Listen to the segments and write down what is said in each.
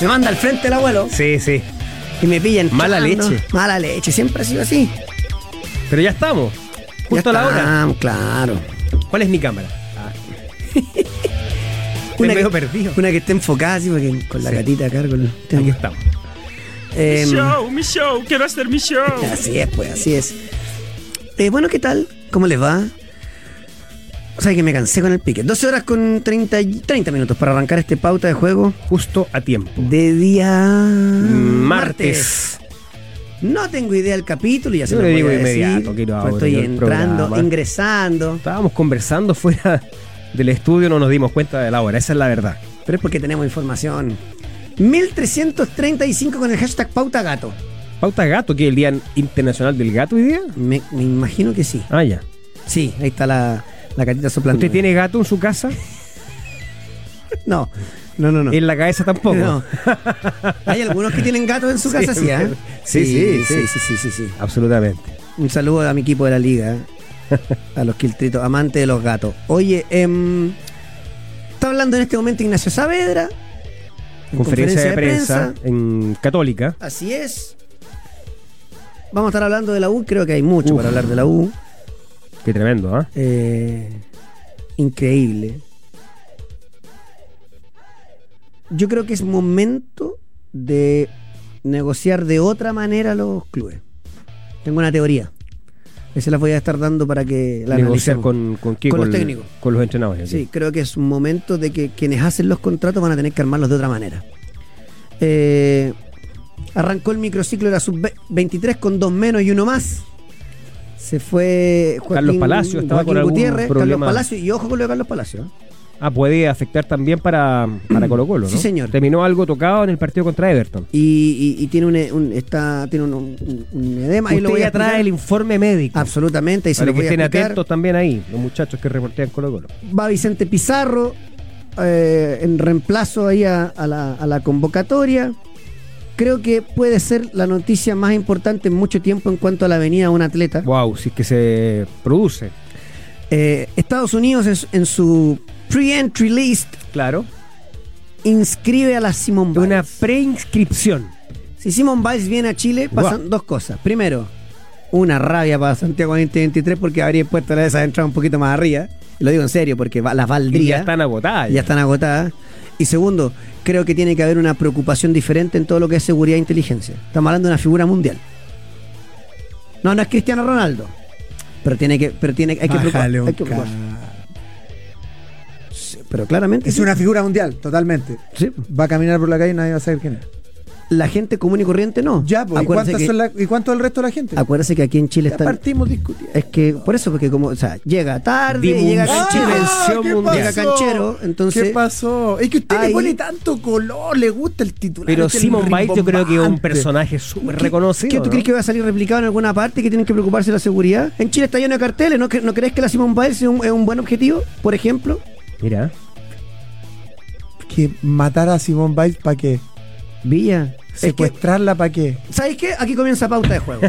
Me manda al frente el abuelo. Sí, sí. Y me pillan. Mala leche. Mala leche, siempre ha sido así. Pero ya estamos. Justo a la hora. Claro. ¿Cuál es mi cámara? Estoy medio perdido. Una que esté enfocada así, porque con la gatita acá. Aquí estamos. Mi show, quiero hacer mi show. Así es, pues, así es. Bueno, ¿qué tal? ¿Cómo les va? O sea que me cansé con el pique. 12 horas con 30 minutos para arrancar este pauta de juego. Justo a tiempo. De día... martes. No tengo idea del capítulo, ya se Yo lo le voy digo a inmediato, decir. quiero Estoy abrir el entrando, programa. ingresando. Estábamos conversando fuera del estudio, no nos dimos cuenta de la hora, esa es la verdad. Pero es porque tenemos información. 1335 con el hashtag Pauta Gato. ¿Pauta Gato? ¿Que es el Día Internacional del Gato hoy día? Me imagino que sí. Ah, ya. Sí, ahí está la catita soplando. ¿Usted tiene gato en su casa? No. En la cabeza tampoco. No. Hay algunos que tienen gatos en su casa, sí, ¿eh? Sí. Absolutamente. Un saludo a mi equipo de la liga, a los quiltritos, amantes de los gatos. Oye, está hablando en este momento Ignacio Saavedra. Conferencia de prensa en Católica. Así es. Vamos a estar hablando de la U, creo que hay mucho para hablar de la U. Qué tremendo, ¿ah? Increíble. Yo creo que es momento de negociar de otra manera los clubes. Tengo una teoría. Esa la voy a estar dando para que la negociar analicemos. ¿Con quién? Con los técnicos. Con los entrenadores. Sí, creo que es un momento de que quienes hacen los contratos van a tener que armarlos de otra manera. Arrancó el microciclo de la sub-23 con 2 menos y 1 más. Se fue Carlos Palacio, estaba con algún Gutiérrez, problema. Carlos Palacio, y ojo con lo de Carlos Palacio. Puede afectar también para Colo-Colo, ¿no? Sí, señor. Terminó algo tocado en el partido contra Everton. Y tiene un edema. Ahí Usted lo voy a ya trae explicar. el informe médico. Absolutamente. Y se Para lo que voy a estén explicar. atentos también ahí, los muchachos que reportean Colo-Colo. Va Vicente Pizarro en reemplazo ahí a la convocatoria. Creo que puede ser la noticia más importante en mucho tiempo en cuanto a la venida de un atleta. Wow, si es que se produce. Estados Unidos en su pre-entry list, Claro. inscribe a la Simone Biles. Una preinscripción. Si Simone Biles viene a Chile, pasan dos cosas. Primero, una rabia para Santiago 2023 porque habría puesto la de esas entradas un poquito más arriba. Lo digo en serio, porque las valdría. Y ya están agotadas. Ya están agotadas. Y segundo, creo que tiene que haber una preocupación diferente en todo lo que es seguridad e inteligencia. Estamos hablando de una figura mundial. No es Cristiano Ronaldo. Pero hay que preocuparse. Sí, pero claramente Es una figura mundial, totalmente. sí. Va a caminar por la calle y nadie va a saber quién es. La gente común y corriente no. Ya, pues, Acuérdese ¿y cuánto es el resto de la gente? Acuérdese que aquí en Chile Ya están. partimos discutiendo. Es que, por eso, porque como, o sea, llega tarde, llega canchero. Llega canchero, entonces. ¿Qué pasó? Es que usted ahí- le pone tanto color, le gusta el titular. Pero este Simone Biles yo creo que es un rimbombante. personaje súper ¿Qué reconocido. tú crees que va a salir replicado en alguna parte que tienen que preocuparse de la seguridad? En Chile está lleno de carteles, ¿no crees que la Simone Biles es un buen objetivo, por ejemplo? Mira. Que matar a Simone Biles para qué? Villa. Es que, Secuestrarla para qué? ¿sabéis qué? Aquí comienza pauta de juego.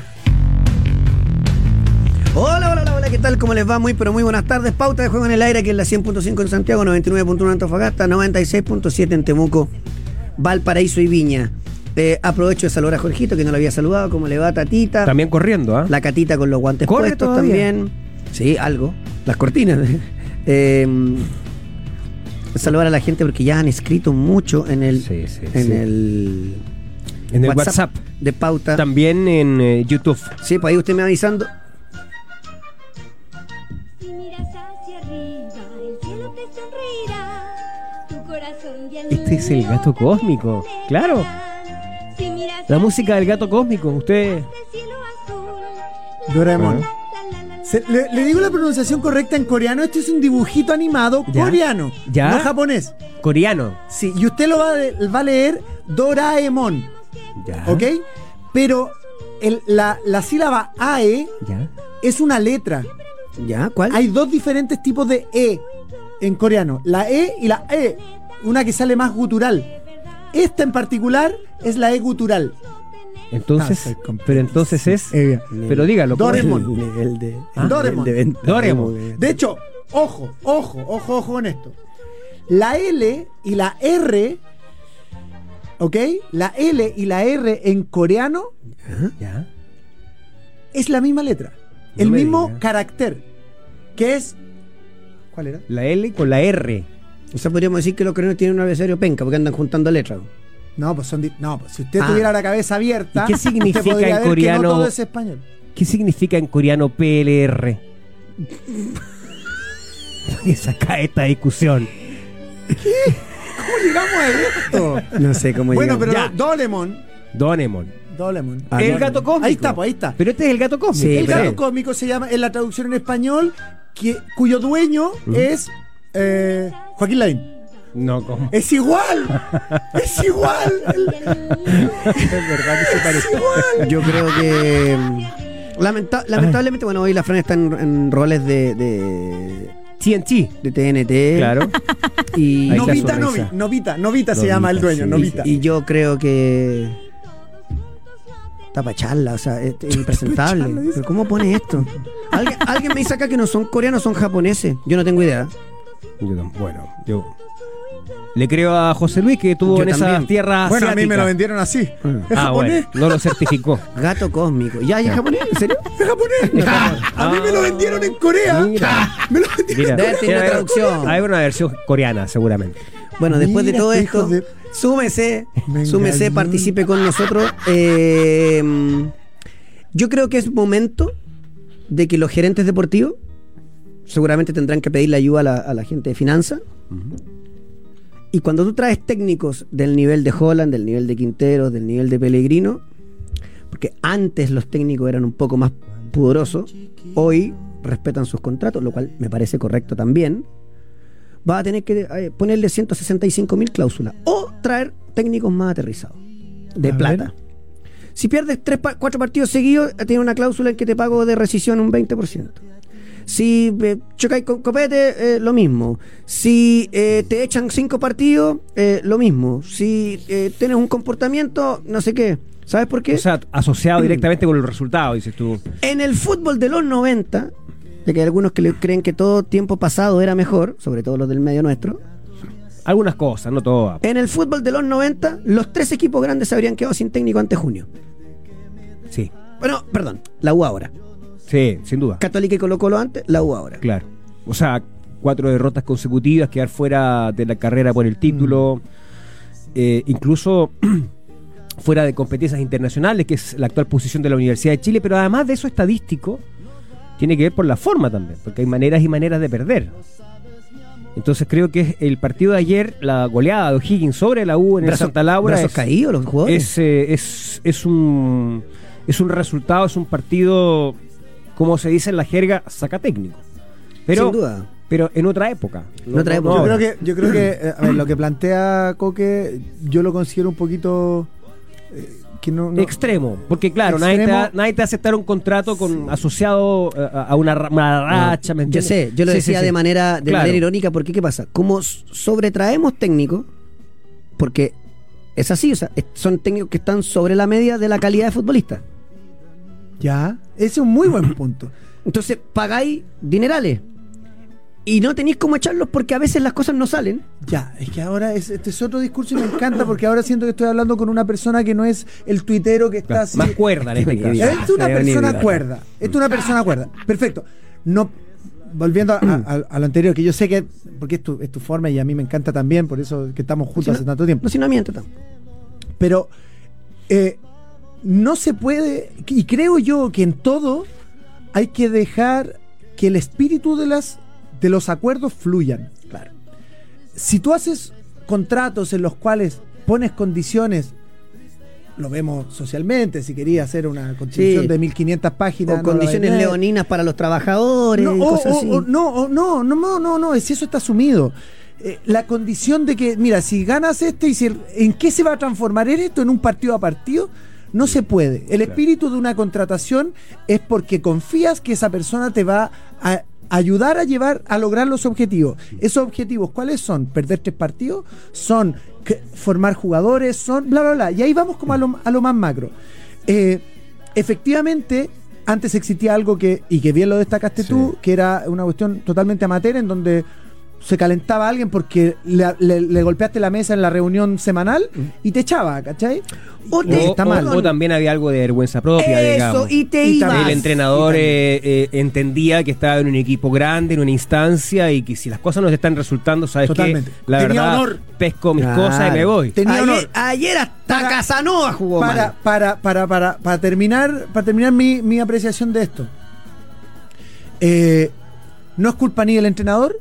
Hola, ¿qué tal? ¿Cómo les va? Muy, pero muy buenas tardes. Pauta de juego en el aire, que es la 100.5 en Santiago, 99.1 en Antofagasta, 96.7 en Temuco, Valparaíso y Viña. Aprovecho de saludar a Jorgito, que no lo había saludado. ¿Cómo le va, Tatita? También corriendo, ¿ah? La Catita con los guantes ¿Corre puestos todavía? también. Sí, algo. Las cortinas. Saludar a la gente porque ya han escrito mucho en el Sí, sí, en sí. el En el WhatsApp. de pauta. También en YouTube. Sí, pues ahí usted me va avisando. Si miras hacia arriba, el cielo te sonreirá. Tu corazón ya Este es el gato cósmico. Claro. Si miras La música del gato cósmico. Usted. hacia el cielo azul. Doraemon. Bueno. Le digo la pronunciación correcta en coreano. Este es un dibujito animado Ya. coreano, Ya. no japonés. Coreano. Sí, y usted lo va a leer Doraemon, Ya. ¿ok? Pero la sílaba AE Ya. es una letra. ¿Ya? ¿Cuál? Hay dos diferentes tipos de E en coreano, la E y la E, una que sale más gutural. Esta en particular es la E gutural. Entonces. soy completo. Pero entonces es. Eh, Pero dígalo. ¿cómo es? Doraemon. El de Doraemon. el de venta. Doraemon. De hecho, ojo con esto. La L y la R ¿Ok? La L y la R en coreano Ya. es la misma letra. No El me mismo digas. carácter. Que es... ¿Cuál era? La L con la R. O sea, podríamos decir que los coreanos tienen un abecedario penca porque andan juntando letras. No, pues si usted tuviera la cabeza abierta, ¿Y qué significa usted podría en ver que coreano? no todo es español. ¿Qué significa en coreano PLR? Y saca esta discusión. ¿Cómo llegamos a esto? No sé cómo Bueno, llegamos. pero Ya. Doraemon. Doraemon. Ah, El no. gato cósmico. Ahí está, pues ahí está. Pero este es el gato cósmico. Sí, El pero- gato cósmico se llama, en la traducción en español, cuyo dueño es Joaquín Lavín. No, ¿cómo? Es igual. Es igual. Es verdad que se parece. Yo creo que lamentablemente, bueno, hoy la Fran está en roles de TNT. TNT. Claro. Y, Ahí está Novita, sonrisa. Novita se llama el dueño, sí, Novita. y yo creo que está pa' charla, o sea, es impresentable. Está pa' charla, ¿Pero cómo pone esto? Alguien me dice acá que no son coreanos, son japoneses. Yo no tengo idea. Yo le creo a José Luis que estuvo Yo en también. esas tierras Bueno, a mí me lo asiáticas. vendieron así. ¿Es Ah, japonés? bueno, no lo certificó. Gato cósmico. ¿Ya es japonés? ¿En serio? ¿Es japonés? A mí me lo vendieron en Corea. Mira. Me lo vendieron. Mira, Debe tener una traducción. Hay una versión coreana, seguramente. Bueno, después de Mira, todo este esto, hijo de- súmese, Me súmese, engañó. participe con nosotros. Yo creo que es momento de que los gerentes deportivos seguramente tendrán que pedirle ayuda a la gente de finanzas. Y cuando tú traes técnicos del nivel de Holland, del nivel de Quinteros, del nivel de Pellegrino, porque antes los técnicos eran un poco más pudorosos, hoy respetan sus contratos, lo cual me parece correcto también. Va a tener que ponerle 165.000 cláusulas o traer técnicos más aterrizados de A plata. ver. Si pierdes 4 partidos seguidos, tiene una cláusula en que te pago de rescisión un 20%. Si chocáis con copete, lo mismo. Si te echan 5 partidos, lo mismo. Si tienes un comportamiento, no sé qué. ¿Sabes por qué? O sea, asociado directamente con el resultado, dices tú. En el fútbol de los 90, ya que hay algunos que creen que todo tiempo pasado era mejor, sobre todo los del medio nuestro. Algunas cosas, no todas. En el fútbol de los 90, los 3 equipos grandes se habrían quedado sin técnico antes de junio. Sí, Bueno, perdón, la U ahora. sí, sin duda. Católica y Colo-Colo antes, la U ahora. Claro. O sea, 4 derrotas consecutivas, quedar fuera de la carrera por el título, incluso fuera de competencias internacionales, que es la actual posición de la Universidad de Chile, pero además de eso estadístico, tiene que ver por la forma también, porque hay maneras y maneras de perder. Entonces creo que el partido de ayer, la goleada de O'Higgins sobre la U en el Santa Laura, brazos caídos los jugadores. es un resultado, es un partido, como se dice en la jerga, saca técnico. Pero, Sin duda. pero en otra época. En otra época. Yo ahora. creo que a ver, lo que plantea Coque, yo lo considero un poquito que no Extremo, porque claro, Extremo. nadie te va a aceptar un contrato con asociado a una racha, ¿me Yo entiendes? sé, yo lo Sí, decía sí, sí. de manera Claro. irónica, porque ¿qué pasa? Como sobretraemos técnicos, porque es así, o sea, son técnicos que están sobre la media de la calidad de futbolista. Ya, ese es un muy buen punto. Entonces pagáis dinerales y no tenéis cómo echarlos porque a veces las cosas no salen. Ya, es que ahora este es otro discurso y me encanta porque ahora siento que estoy hablando con una persona que no es el tuitero que está Claro, así. más cuerda en este caso. Es una Qué persona bonito. cuerda. Es una persona cuerda. Perfecto. No, volviendo a lo anterior, que yo sé que, porque es tu forma y a mí me encanta también, por eso que estamos juntos hace tanto tiempo. No, si no miente tampoco. Pero no se puede, y creo yo que en todo hay que dejar que el espíritu de los acuerdos fluyan. Claro. Si tú haces contratos en los cuales pones condiciones, lo vemos socialmente, si quería hacer una constitución Sí. de 1500 páginas. O no condiciones la- leoninas para los trabajadores no, y cosas así. no, si eso está asumido. La condición de que, mira, si ganas esto y si ¿en qué se va a transformar en esto? ¿En un partido a partido? No se puede. El espíritu de una contratación es porque confías que esa persona te va a ayudar a lograr los objetivos. Esos objetivos, ¿cuáles son? ¿Perder 3 partidos? ¿Son formar jugadores? ¿Son bla, bla, bla? Y ahí vamos como a lo más macro. Efectivamente, antes existía algo que bien lo destacaste tú, que era una cuestión totalmente amateur en donde se calentaba a alguien porque le golpeaste la mesa en la reunión semanal y te echaba, ¿cachai? Está mal. O también había algo de vergüenza propia, digamos. Y te ibas. El entrenador entendía que estaba en un equipo grande, en una instancia, y que si las cosas no te están resultando, sabes Totalmente. que la Tenía verdad honor. pesco mis cosas y me voy. Tenía honor. Ayer hasta Casanova jugó mal. Para terminar mi apreciación de esto. No es culpa ni del entrenador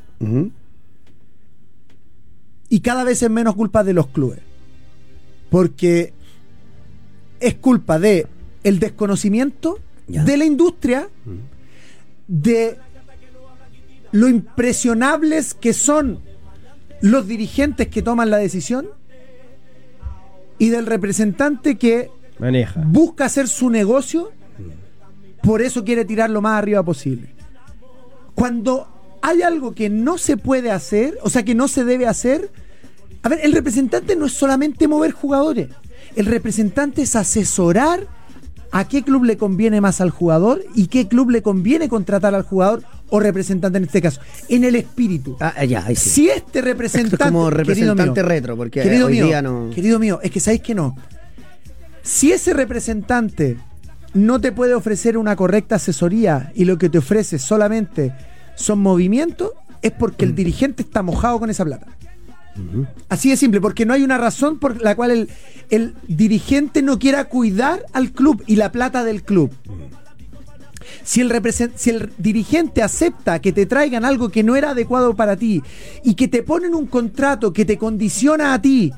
y cada vez es menos culpa de los clubes. Porque es culpa de el desconocimiento de la industria, de lo impresionables que son los dirigentes que toman la decisión y del representante que maneja, busca hacer su negocio, por eso quiere tirar lo más arriba posible. Cuando hay algo que no se puede hacer, o sea, que no se debe hacer, a ver, el representante no es solamente mover jugadores, el representante es asesorar a qué club le conviene más al jugador y qué club le conviene contratar al jugador o representante en este caso, en el espíritu. Ahí sí. Si este representante... Esto es como representante mío, retro, porque querido hoy mío, día no... Querido mío, es que sabéis que no. Si ese representante no te puede ofrecer una correcta asesoría y lo que te ofrece solamente son movimientos, es porque el dirigente está mojado con esa plata. Así de simple, porque no hay una razón por la cual el dirigente no quiera cuidar al club y la plata del club. Si el dirigente acepta que te traigan algo que no era adecuado para ti y que te ponen un contrato que te condiciona a ti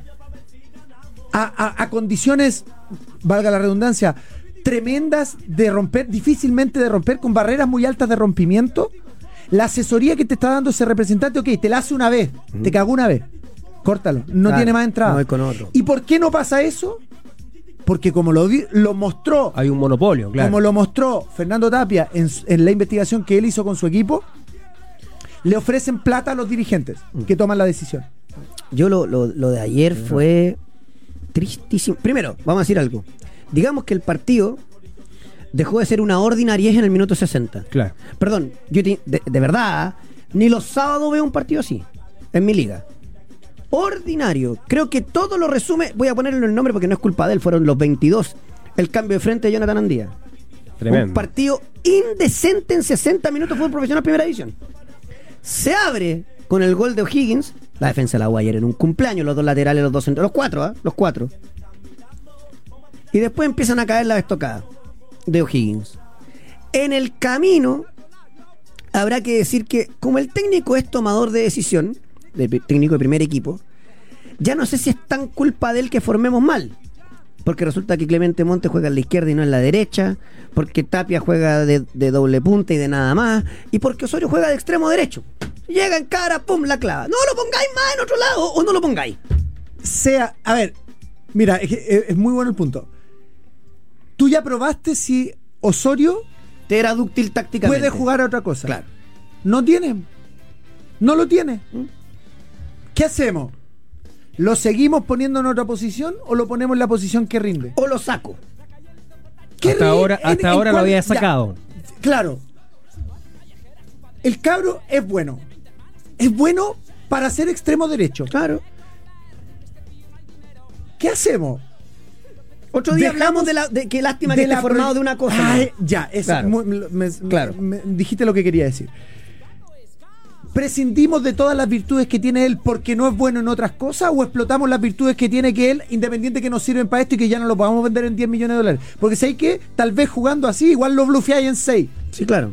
a condiciones, valga la redundancia, tremendas de romper, difícilmente de romper, con barreras muy altas de rompimiento, la asesoría que te está dando ese representante, ok, te la hace una vez, te cagó una vez, córtalo, no tiene más entrada. No voy con otro. ¿Y por qué no pasa eso? Porque como lo mostró, hay un monopolio, claro. Como lo mostró Fernando Tapia en la investigación que él hizo con su equipo, le ofrecen plata a los dirigentes que toman la decisión. Yo lo de ayer fue tristísimo. Primero, vamos a decir algo. Digamos que el partido dejó de ser una ordinariez en el minuto 60. Claro. Perdón, yo de verdad, ni los sábados veo un partido así en mi liga. Ordinario. Creo que todo lo resume. Voy a ponerle el nombre porque no es culpa de él. Fueron los 22. El cambio de frente de Jonathan Andía. Tremendo. Un partido indecente en 60 minutos. Fue un profesional primera división. Se abre con el gol de O'Higgins. La defensa de la U ayer en un cumpleaños. Los dos laterales, los dos centrales. Los cuatro, ¿eh? Los cuatro. Y después empiezan a caer las estocadas de O'Higgins. En el camino habrá que decir que como el técnico es tomador de decisión, técnico de primer equipo, ya no sé si es tan culpa de él que formemos mal, porque resulta que Clemente Montes juega en la izquierda y no en la derecha, porque Tapia juega de doble punta y de nada más, y porque Osorio juega de extremo derecho. Llega en cara, pum, la clava. No lo pongáis más en otro lado o no lo pongáis. A ver, mira, es muy bueno el punto. Tú ya probaste si Osorio te era dúctil tácticamente. Puede jugar a otra cosa. Claro. No tiene. No lo tiene. ¿Qué hacemos? ¿Lo seguimos poniendo en otra posición o lo ponemos en la posición que rinde? O lo saco. Hasta ahora lo había sacado. Ya, claro. El cabro es bueno. Es bueno para ser extremo derecho. Claro. ¿Qué hacemos? Otro día hablamos de qué lástima que esté formado de una cosa. Ay, ya, eso. Claro. Me dijiste lo que quería decir. ¿Prescindimos de todas las virtudes que tiene él porque no es bueno en otras cosas o explotamos las virtudes que tiene que él, independiente que nos sirven para esto y que ya no lo podamos vender en 10 millones de dólares? Porque sé que tal vez jugando así igual lo blufeáis en 6. Sí, claro.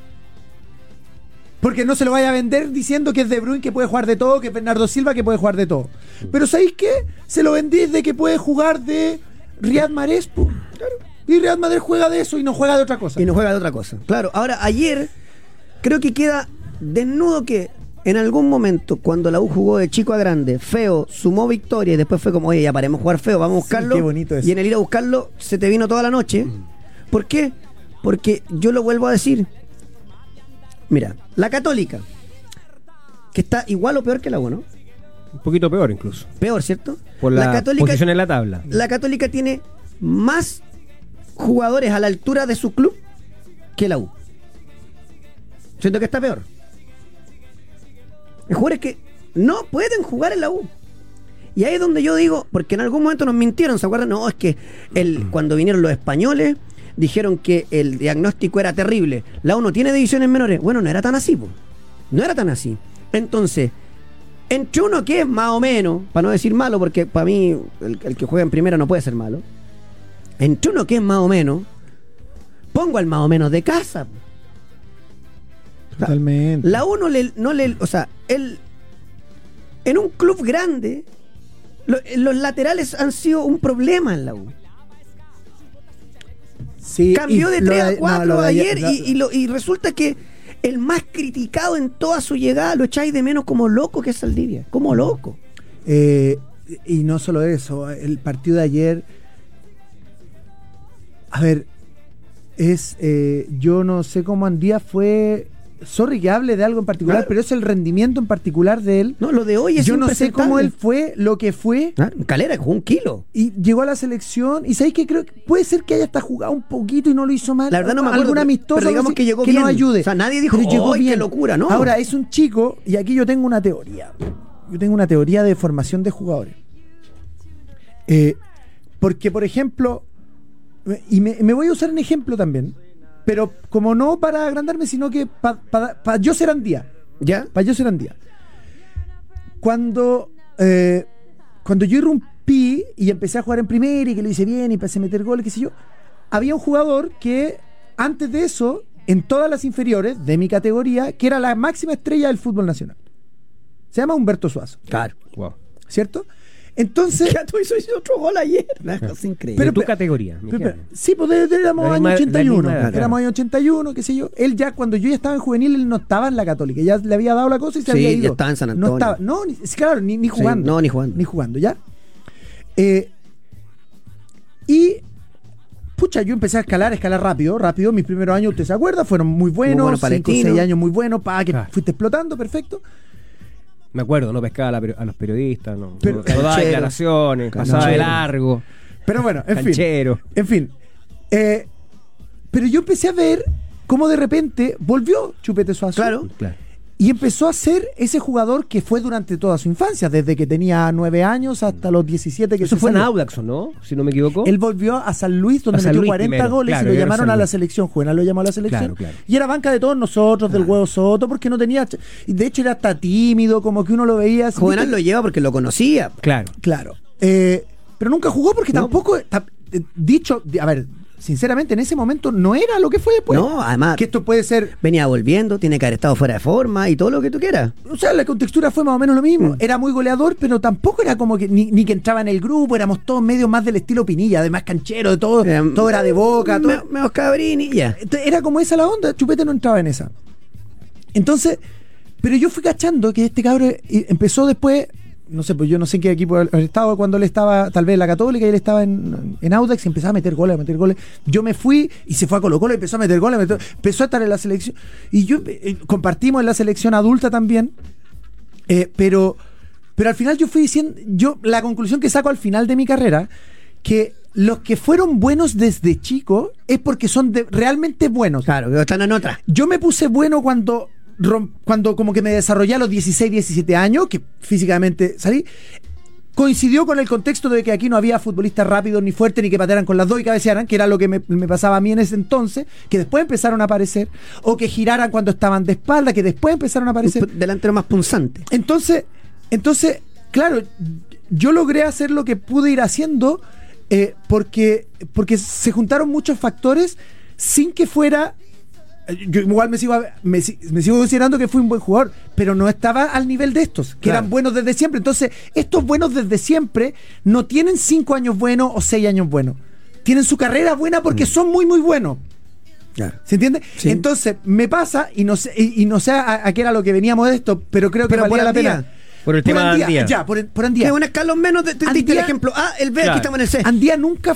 Porque no se lo vaya a vender diciendo que es De Bruyne, que puede jugar de todo, que es Bernardo Silva, que puede jugar de todo. Pero ¿sabéis qué? Se lo vendís de que puede jugar de Riyad Mahrez. Claro. Y Riyad Mahrez juega de eso y no juega de otra cosa. Claro, ahora ayer creo que queda desnudo que en algún momento cuando la U jugó de chico a grande, feo, sumó victoria y después fue como, oye, ya paremos jugar feo, vamos a buscarlo. Sí, qué bonito eso. Y en el ir a buscarlo se te vino toda la noche. ¿Por qué? Porque yo lo vuelvo a decir. Mira, la Católica, que está igual o peor que la U, ¿no? Un poquito peor incluso. Peor, ¿cierto? Por la Católica, posición en la tabla. La Católica tiene más jugadores a la altura de su club que la U. Siento que está peor. Hay jugadores que no pueden jugar en la U. Y ahí es donde yo digo, porque en algún momento nos mintieron, ¿se acuerdan? No, es que cuando vinieron los españoles, dijeron que el diagnóstico era terrible. La U no tiene divisiones menores. Bueno, no era tan así, po. No era tan así. Entonces, entre uno que es más o menos, para no decir malo, porque para mí el que juega en primera no puede ser malo. Entre uno que es más o menos, pongo al más o menos de casa. Totalmente. La U o sea, en un club grande, los laterales han sido un problema en la U. Sí, Cambió de 3 a 4 ayer no. y resulta que el más criticado en toda su llegada lo echáis de menos como loco, que es Saldivia. Como loco. Y no solo eso, el partido de ayer, a ver, yo no sé cómo Andía fue, sorry que hable de algo en particular, Claro. pero es el rendimiento en particular de él. No, lo de hoy es Yo no sé cómo impresentable. él fue lo que fue Calera jugó 1 kilo. y llegó a la selección y sabéis que creo que puede ser que haya hasta jugado un poquito y no lo hizo mal. La verdad no me acuerdo, Algún amistoso, pero digamos algo así, que llegó que bien. nos ayude. O sea, nadie dijo, Pero llegó ¡ay, qué bien. locura! No. Ahora, es un chico, y aquí yo tengo una teoría. Yo tengo una teoría de formación de jugadores. Porque, por ejemplo, y me voy a usar un ejemplo también, pero como no para agrandarme, sino que para yo ser Andía. ¿Ya? Para yo ser Andía. Cuando yo irrumpí y empecé a jugar en primera y que lo hice bien y empecé a meter goles, qué sé yo, había un jugador que antes de eso, en todas las inferiores de mi categoría, que era la máxima estrella del fútbol nacional. Se llama Humberto Suazo. Claro. Wow. ¿Cierto? Entonces... Ya tú hizo otro gol ayer. Una cosa increíble. De tu categoría. Pero, sí, pues éramos La año misma- 81. la misma edad, Éramos año 81, qué sé yo. Él ya, cuando yo ya estaba en juvenil, él no estaba en la Católica. Ya le había dado la cosa y se Sí, había ya ido. estaba en San Antonio. No estaba, no, claro, ni jugando. no, ni jugando. Ni jugando, ¿ya? Y pucha, yo empecé a escalar rápido. Mis primeros años, ¿usted se acuerda? Fueron muy buenos, bueno, 5 o Palestino. 6 años muy buenos, que Claro. fuiste explotando, perfecto. Me acuerdo, no pescaba a los periodistas, no Pero- no daba Canchero. declaraciones, pasaba de Canchero. largo, Pero bueno, en fin. canchero. En fin. Pero yo empecé a ver cómo de repente volvió Chupete Suazo. Claro. Claro. Y empezó a ser ese jugador que fue durante toda su infancia, desde que tenía 9 años hasta los 17 que Eso se fue en salió. Audax, ¿no? Si no me equivoco. Él volvió a San Luis, donde A San metió Luis 40 primero, goles claro, y lo era llamaron San a la Luis. selección. Juvenal lo llamó a la selección. Claro, claro. Y era banca de todos nosotros, del Huevo Soto, porque no tenía... Y de hecho era hasta tímido, como que uno lo veía... así, Juvenal ¿viste? lo lleva porque lo conocía. Claro. Claro. Pero nunca jugó porque No. tampoco... Dicho... A ver, sinceramente, en ese momento no era lo que fue después. No, además Que esto puede ser... venía volviendo, tiene que haber estado fuera de forma y todo lo que tú quieras. O sea, la contextura fue más o menos lo mismo. Era muy goleador, pero tampoco era como que ni que entraba en el grupo. Éramos todos medio más del estilo Pinilla, además canchero, de todo, todo era de Boca. Todo. Menos cabrín y ya. Era como esa la onda. Chupete no entraba en esa. Entonces, pero yo fui cachando que este cabrón empezó después... No sé, pues yo no sé en qué equipo él estaba cuando él estaba, tal vez en la Católica, y él estaba en Audax y empezaba a meter goles. Yo me fui y se fue a Colo-Colo y empezó a meter goles, empezó a estar en la selección. Y yo compartimos en la selección adulta también, pero al final yo fui diciendo, la conclusión que saco al final de mi carrera, que los que fueron buenos desde chico es porque son realmente buenos. Claro, que están en otra. Yo me puse bueno cuando como que me desarrollé a los 16, 17 años, que físicamente salí, coincidió con el contexto de que aquí no había futbolistas rápidos ni fuertes ni que patearan con las dos y cabecearan, que era lo que me pasaba a mí en ese entonces, que después empezaron a aparecer, o que giraran cuando estaban de espalda, que después empezaron a aparecer. Delantero más punzante. Entonces, claro, yo logré hacer lo que pude ir haciendo porque se juntaron muchos factores sin que fuera... Yo igual me sigo considerando que fui un buen jugador, pero no estaba al nivel de estos, que Claro. eran buenos desde siempre. Entonces, estos buenos desde siempre no tienen 5 años buenos o 6 años buenos. Tienen su carrera buena porque son muy, muy buenos. Claro. ¿Se entiende? Sí. Entonces, me pasa, y no sé a qué era lo que veníamos de esto, pero creo que Pero valía por la Andía. pena. Por el tema de Andía. Ya, por Que Andía. es un escalón menos, te diste el Andía- ejemplo A, el B, Claro. aquí estamos en el C. Andía nunca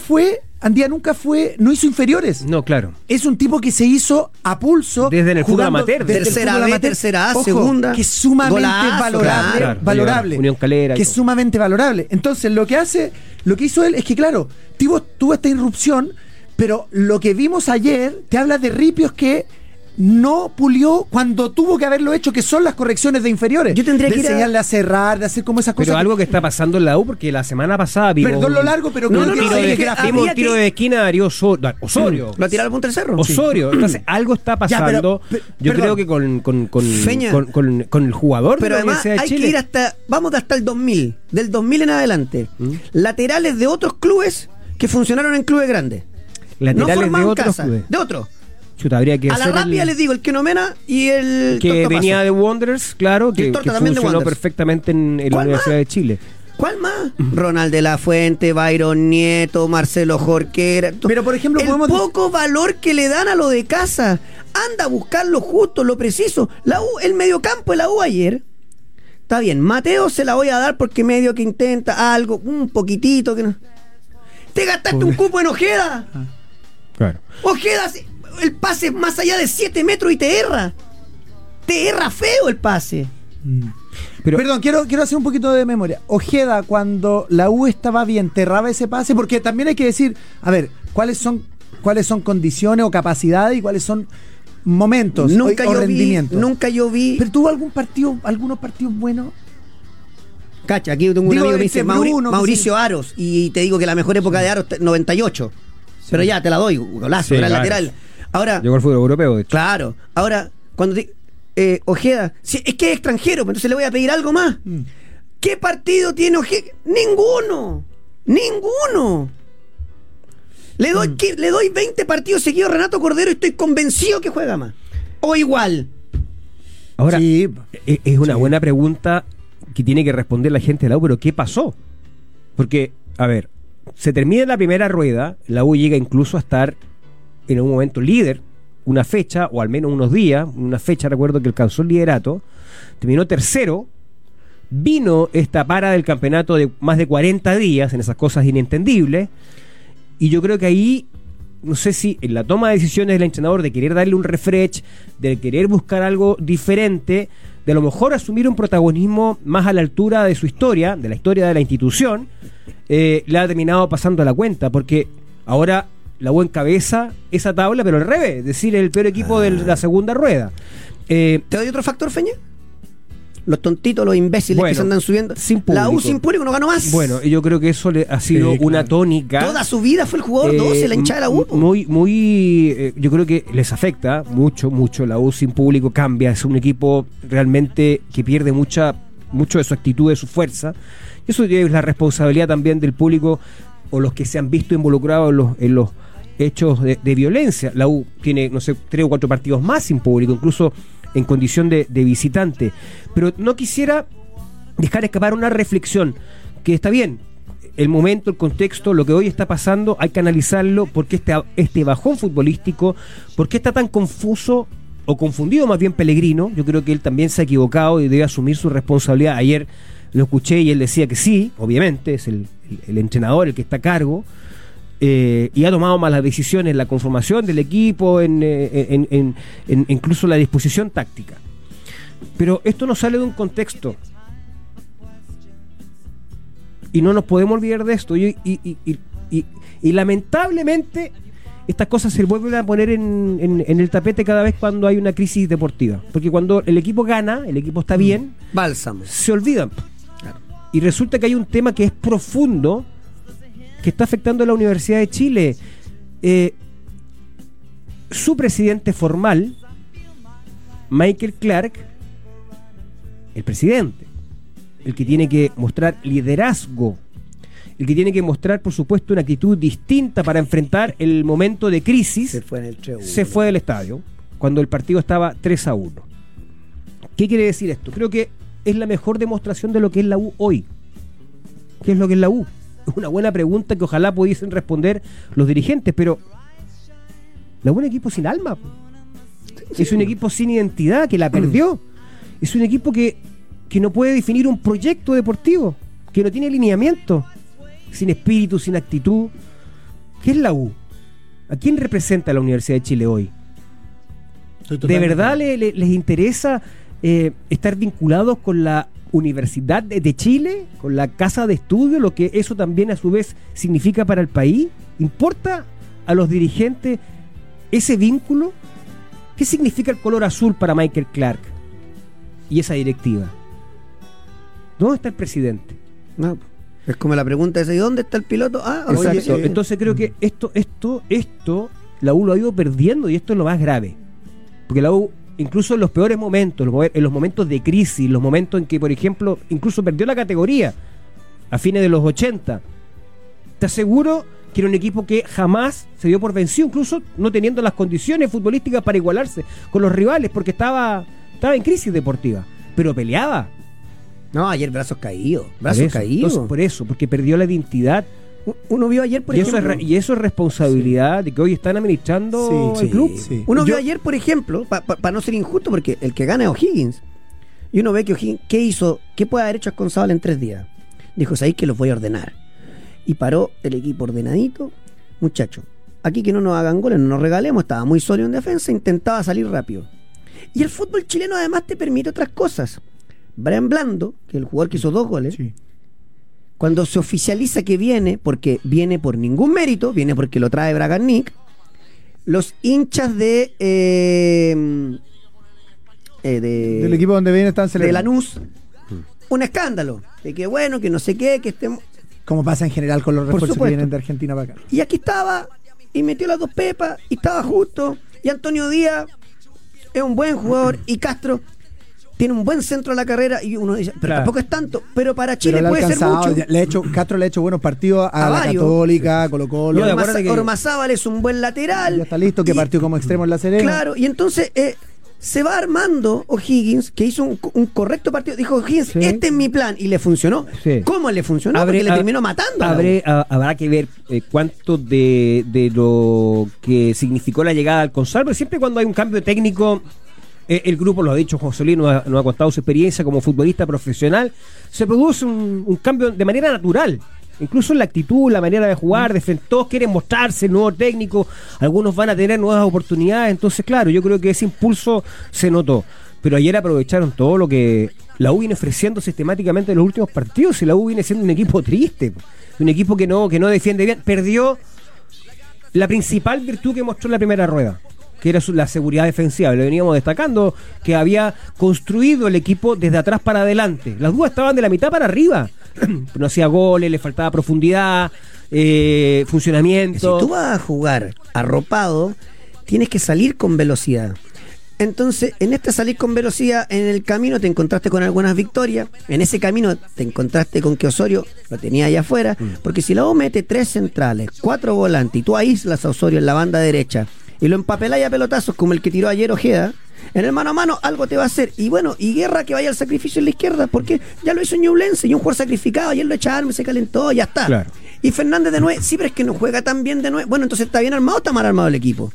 fue, no hizo inferiores. No, claro. Es un tipo que se hizo a pulso. Desde el fútbol amateur. desde el Tercera fútbol B, amateur. tercera A, Ojo, segunda. que es sumamente Golazo, valorable. claro. Valorable. Unión Calera y Que es todo. sumamente valorable. Entonces, lo que hizo él es que, claro, tuvo esta irrupción, pero lo que vimos ayer te habla de ripios que no pulió cuando tuvo que haberlo hecho, que son las correcciones de inferiores. Yo tendría de que ir a- enseñarle a cerrar, de hacer como esas cosas. Pero algo que está pasando en la U, porque la semana pasada vimos Perdón lo largo, pero No, creo no, que no, sí, es es que gráfico. vimos había un tiro que- de esquina de Osorio. ¿Lo ha tirado al punto del cerro? Osorio. Entonces, algo está pasando. Yo perdón. creo que con Feña. con el jugador Pero de la además Universidad de hay Chile. que ir hasta el 2000. Del 2000 en adelante. Laterales de otros clubes que funcionaron en clubes grandes. Laterales no formaban de otros casa, clubes. de otros. Chuta, habría que A la hacer rápida les digo, el Kenomena y el que Torta venía Paso. de Wanderers, claro, Y el que Torta también de funcionó Wanderers. perfectamente en la ¿Cuál Universidad más? de Chile. ¿Cuál más? Ronald de la Fuente, Byron Nieto, Marcelo Jorquera. Pero, por ejemplo, el podemos- poco valor que le dan a lo de casa. Anda a buscar lo justo, lo preciso. La U, el mediocampo de la U ayer. Está bien, Mateo se la voy a dar porque medio que intenta algo, un poquitito que no. Te gastaste un cupo en Ojeda. Claro. Ojeda, el pase es más allá de 7 metros y te erra. Te erra feo el pase. Pero Perdón, quiero hacer un poquito de memoria. Ojeda, cuando la U estaba bien, ¿enterraba ese pase? Porque también hay que decir, a ver, ¿cuáles son condiciones o capacidades y cuáles son momentos Nunca o yo rendimientos? vi. ¿Pero tuvo algunos partidos buenos? Cacha, aquí tengo un Digo, amigo que me dice este Bruno, que Mauricio Aros, y te digo que la mejor época de Aros 98. Pero ya te la doy, golazo, Sí, gran claro. lateral. Ahora, llegó al fútbol europeo, de hecho. claro, ahora cuando Ojeda, es que es extranjero, entonces le voy a pedir algo más. ¿Qué partido tiene Ojeda? Ninguno. Le doy 20 partidos seguidos a Renato Cordero y estoy convencido que juega más. O igual. Ahora, Sí. es una buena pregunta que tiene que responder la gente de la U, pero ¿qué pasó? Porque, a ver, se termina la primera rueda, la U llega incluso a estar en un momento líder, una fecha, o al menos unos días, una fecha recuerdo que alcanzó el liderato, terminó tercero, vino esta para del campeonato de más de 40 días, en esas cosas inentendibles, y yo creo que ahí, no sé si en la toma de decisiones del entrenador de querer darle un refresh, de querer buscar algo diferente, de a lo mejor asumir un protagonismo más a la altura de su historia, de la historia de la institución, le ha terminado pasando la cuenta, porque ahora la U encabeza esa tabla, pero al revés, es decir, el peor equipo de la segunda rueda. ¿Te doy otro factor, Feña? Los tontitos, los imbéciles Bueno, que se andan subiendo. sin La U público. sin público no ganó más. Bueno, yo creo que eso ha sido Sí, claro. una tónica. Toda su vida fue el jugador 12, la hinchada de la U. po. Muy, yo creo que les afecta mucho. La U sin público cambia. Es un equipo realmente que pierde mucho de su actitud, de su fuerza. Y eso es la responsabilidad también del público o los que se han visto involucrados en los hechos de violencia. La U tiene, no sé, 3 o 4 partidos más sin público, incluso en condición de visitante. Pero no quisiera dejar escapar una reflexión, que está bien, el momento, el contexto, lo que hoy está pasando, hay que analizarlo, porque este bajón futbolístico, por qué está tan confuso o confundido más bien Pellegrino. Yo creo que él también se ha equivocado y debe asumir su responsabilidad. Ayer lo escuché y él decía que sí, obviamente, es el entrenador el que está a cargo, y ha tomado malas decisiones en la conformación del equipo, en incluso la disposición táctica. Pero esto no sale de un contexto. Y no nos podemos olvidar de esto. Y lamentablemente estas cosas se vuelven a poner en el tapete cada vez cuando hay una crisis deportiva. Porque cuando el equipo gana, el equipo está bien, Bálsamo. se olvidan. Y resulta que hay un tema que es profundo, que está afectando a la Universidad de Chile. Su presidente formal, Michael Clark, el presidente, el que tiene que mostrar liderazgo, el que tiene que mostrar, por supuesto, una actitud distinta para enfrentar el momento de crisis, Se fue en el 3-1. se fue del estadio cuando el partido estaba 3-1. ¿Qué quiere decir esto? Creo que es la mejor demostración de lo que es la U hoy. ¿Qué es lo que es la U? Es una buena pregunta que ojalá pudiesen responder los dirigentes, pero la U es un equipo sin alma. Es un equipo sin identidad, que la perdió. Es un equipo que no puede definir un proyecto deportivo, que no tiene lineamiento, sin espíritu, sin actitud. ¿Qué es la U? ¿A quién representa la Universidad de Chile hoy? ¿De verdad les interesa estar vinculados con la Universidad de Chile, con la casa de estudio, lo que eso también a su vez significa para el país? ¿Importa a los dirigentes ese vínculo? ¿Qué significa el color azul para Michael Clark y esa directiva? ¿Dónde está el presidente? No, es como la pregunta esa, ¿y dónde está el piloto? Exacto. Entonces creo que esto la U lo ha ido perdiendo, y esto es lo más grave. Porque la U, incluso en los peores momentos, en los momentos de crisis, los momentos en que, por ejemplo, incluso perdió la categoría a fines de los 80, te aseguro que era un equipo que jamás se dio por vencido, incluso no teniendo las condiciones futbolísticas para igualarse con los rivales, porque estaba en crisis deportiva, pero peleaba. No, ayer brazos caídos. Entonces, por eso, porque perdió la identidad. Uno vio ayer, por ejemplo... y eso es responsabilidad de que hoy están administrando el club. Sí. Uno vio ayer, por ejemplo, para no ser injusto, porque el que gana es O'Higgins. Y uno ve que O'Higgins, ¿qué hizo? ¿Qué puede haber hecho Asconzábal en 3 días? Dijo, ¿sabéis que los voy a ordenar? Y paró el equipo ordenadito. Muchachos, aquí que no nos hagan goles, no nos regalemos. Estaba muy sólido en defensa, intentaba salir rápido. Y el fútbol chileno además te permite otras cosas. Brian Blando, que es el jugador que hizo 2 goles, cuando se oficializa que viene, porque viene por ningún mérito, viene porque lo trae Bragarnik, los hinchas del equipo donde viene están celebrando. de Lanús, un escándalo, de que bueno, que no sé qué, que estemos... Como pasa en general con los refuerzos que vienen de Argentina para acá. Y aquí estaba, y metió las 2 pepas, y estaba justo, y Antonio Díaz es un buen jugador, y Castro tiene un buen centro a la carrera, y uno dice, pero tampoco es tanto, pero para Chile puede ser mucho. Castro le ha hecho buenos partidos a la varios. Católica, Colo-Colo. Ormazábal es un buen lateral. Ya está listo, que partió como extremo en La Serena. Claro, y entonces se va armando O'Higgins, que hizo un correcto partido. Dijo O'Higgins, este es mi plan, y le funcionó. Sí. ¿Cómo le funcionó? Porque le terminó matando. Habrá que ver cuánto de lo que significó la llegada al Consal, pero siempre cuando hay un cambio técnico... el grupo, lo ha dicho José Luis, nos ha contado su experiencia como futbolista profesional, se produce un cambio de manera natural, incluso en la actitud, la manera de jugar, todos quieren mostrarse, el nuevo técnico, algunos van a tener nuevas oportunidades, entonces claro, yo creo que ese impulso se notó, pero ayer aprovecharon todo lo que la U viene ofreciendo sistemáticamente en los últimos partidos, y la U viene siendo un equipo triste, un equipo que no defiende bien, perdió la principal virtud que mostró en la primera rueda, que era la seguridad defensiva. Le veníamos destacando que había construido el equipo desde atrás para adelante. Las dudas estaban de la mitad para arriba. No hacía goles, le faltaba profundidad, funcionamiento. Si tú vas a jugar arropado, tienes que salir con velocidad. Entonces, en este salir con velocidad, en el camino te encontraste con algunas victorias. En ese camino te encontraste con que Osorio lo tenía allá afuera. Porque si la U mete 3 centrales, 4 volantes, y tú aíslas a Osorio en la banda derecha, y lo empapeláis a pelotazos como el que tiró ayer Ojeda, en el mano a mano algo te va a hacer. Y bueno, y Guerra que vaya al sacrificio en la izquierda, porque ya lo hizo Ñublense, y un jugador sacrificado, ayer lo echaron, se calentó, ya está. Claro. Y Fernández de 9, sí, pero es que no juega tan bien de 9. Bueno, entonces ¿está bien armado o está mal armado el equipo?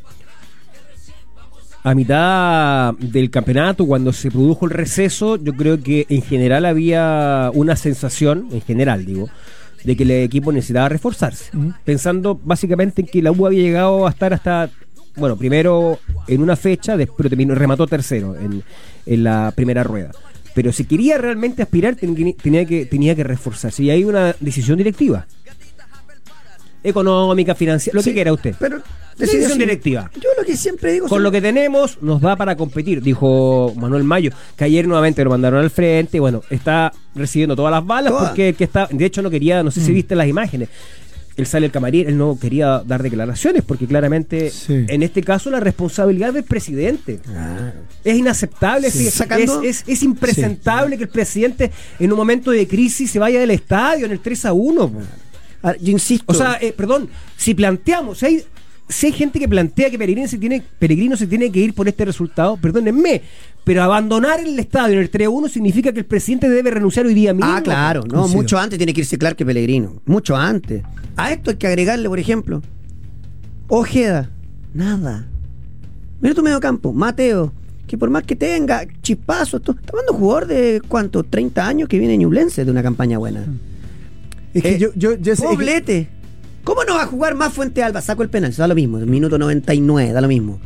A mitad del campeonato, cuando se produjo el receso, yo creo que en general había una sensación, en general digo, de que el equipo necesitaba reforzarse, pensando básicamente en que la U había llegado a estar hasta... Bueno, primero en una fecha, pero remató tercero en la primera rueda. Pero si quería realmente aspirar, tenía que reforzarse. Y hay una decisión directiva. Económica, financiera, lo que quiera usted. Pero decisión directiva. Yo lo que siempre digo... Con lo que tenemos, nos da para competir, dijo Manuel Mayo, que ayer nuevamente lo mandaron al frente. Bueno, está recibiendo todas las balas porque el que está... De hecho, no quería, no sé si viste las imágenes. Él sale al camarín, él no quería dar declaraciones porque claramente en este caso la responsabilidad del presidente. Es inaceptable, es impresentable que el presidente en un momento de crisis se vaya del estadio en el 3-1. Yo insisto. O sea, perdón, si planteamos, si hay gente que plantea que Peregrino se tiene que ir por este resultado, perdónenme, pero abandonar el estadio en el 3-1 significa que el presidente debe renunciar hoy día mismo. Claro, no, mucho antes tiene que irse Clark que Pellegrino, mucho antes. A esto hay que agregarle, por ejemplo, Ojeda, nada. Mira tu medio campo, Mateo, que por más que tenga chispazos, está hablando de un jugador de ¿cuánto? 30 años que viene en Ñublense de una campaña buena. Es que yo Poblete. ¿Cómo no va a jugar más Fuente Alba? Saco el penal, da lo mismo, minuto 99, da lo mismo.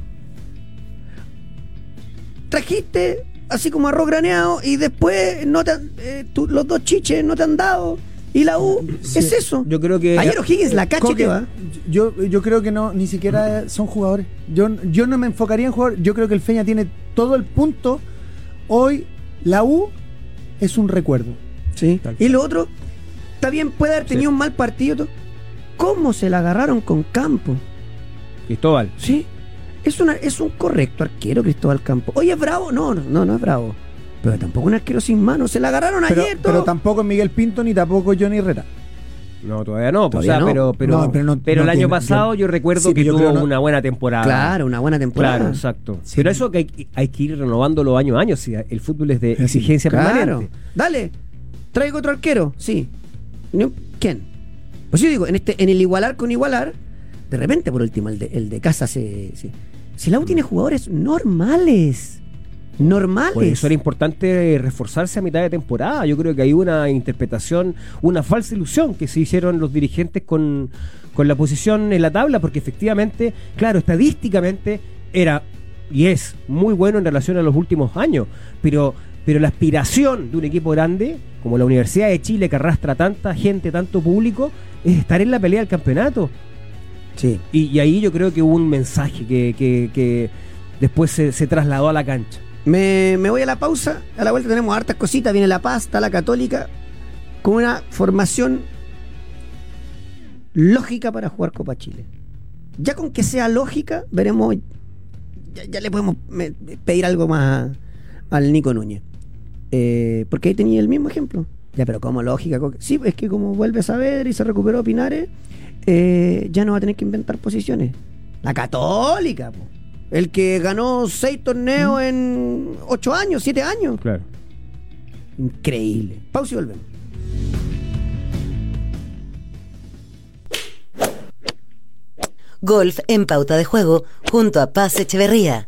Trajiste así como arroz graneado y después los 2 chiches no te han dado. Y la U es eso. Yo creo que ayer O'Higgins la cacha que va. Yo creo que no, ni siquiera son jugadores. Yo no me enfocaría en jugadores. Yo creo que el Feña tiene todo el punto. Hoy la U es un recuerdo. Sí. Y lo otro, está bien, puede haber tenido un mal partido. ¿Cómo se la agarraron con Campo? Cristóbal. Sí. Es un correcto arquero, Cristóbal Campo. Oye, ¿es bravo? No es bravo. Pero tampoco un arquero sin mano. Se la agarraron ayer. Pero tampoco Miguel Pinto ni tampoco Johnny Herrera. No, todavía no. Todavía no. Pero el año pasado yo recuerdo que tuvo una buena temporada. Claro, una buena temporada. Claro, exacto. Sí. Pero eso que hay que ir renovándolo año a año. Si el fútbol es de exigencia permanente. Dale, traigo otro arquero. Sí. ¿Quién? Pues yo digo, en el igualar con igualar, de repente, por último, el de Casa si la U tiene jugadores normales. Por eso era importante reforzarse a mitad de temporada. Yo creo que hay una interpretación, una falsa ilusión que se hicieron los dirigentes con la posición en la tabla, porque efectivamente, claro, estadísticamente era y es muy bueno en relación a los últimos años, pero la aspiración de un equipo grande como la Universidad de Chile, que arrastra tanta gente, tanto público, es estar en la pelea del campeonato. Sí. Y ahí yo creo que hubo un mensaje que después se trasladó a la cancha. Me voy a la pausa. A la vuelta tenemos hartas cositas. Viene La Paz, está la Católica, con una formación lógica para jugar Copa Chile. Ya con que sea lógica, veremos. Ya le podemos pedir algo más al Nico Núñez. Porque ahí tenía el mismo ejemplo. Ya, pero como lógica. Sí, es que como vuelve a saber y se recuperó Pinares, ya no va a tener que inventar posiciones. La Católica, po. El que ganó 6 torneos en 8 años, 7 años. Claro. Increíble. Pausa y volvemos. Golf en Pauta de Juego junto a Paz Echeverría.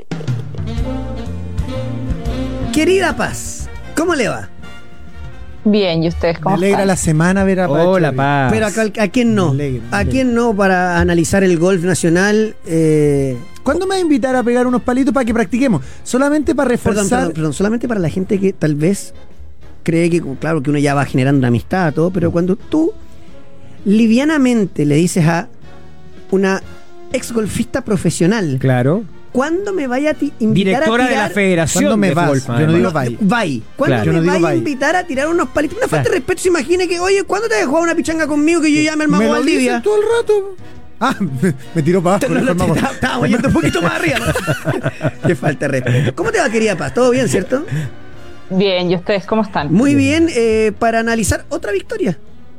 Querida Paz, ¿cómo le va? Bien, ¿y ustedes cómo Me alegra están? la semana ver a Paz. Hola, Paz. Pero ¿a quién no? Me alegra. ¿A quién no para analizar el golf nacional? ¿Cuándo me va a invitar a pegar unos palitos para que practiquemos? Solamente para reforzar. Perdón, solamente para la gente que tal vez cree que, claro, que uno ya va generando una amistad, todo, pero cuando tú livianamente le dices a una ex golfista profesional, Claro. ¿cuándo me vaya a invitar Directora a tirar? de la Federación ¿Cuándo me de vas? golf, Yo no digo además. bye. ¿Cuándo Claro. Yo no me digo vaya a bye. invitar a tirar unos palitos? Una falta Claro. de respeto. Se imagine que, oye, ¿cuándo te vas a jugar una pichanga conmigo que yo llame al Me Mago lo Valdivia? dicen todo el rato. Ah, me tiró para abajo. mejor vamos. Estábamos yendo un poquito más arriba, ¿no? Qué falta de respeto. ¿Cómo te va, querida Paz? ¿Todo bien, cierto? Bien, ¿y ustedes cómo están? Muy bien, para analizar otra victoria.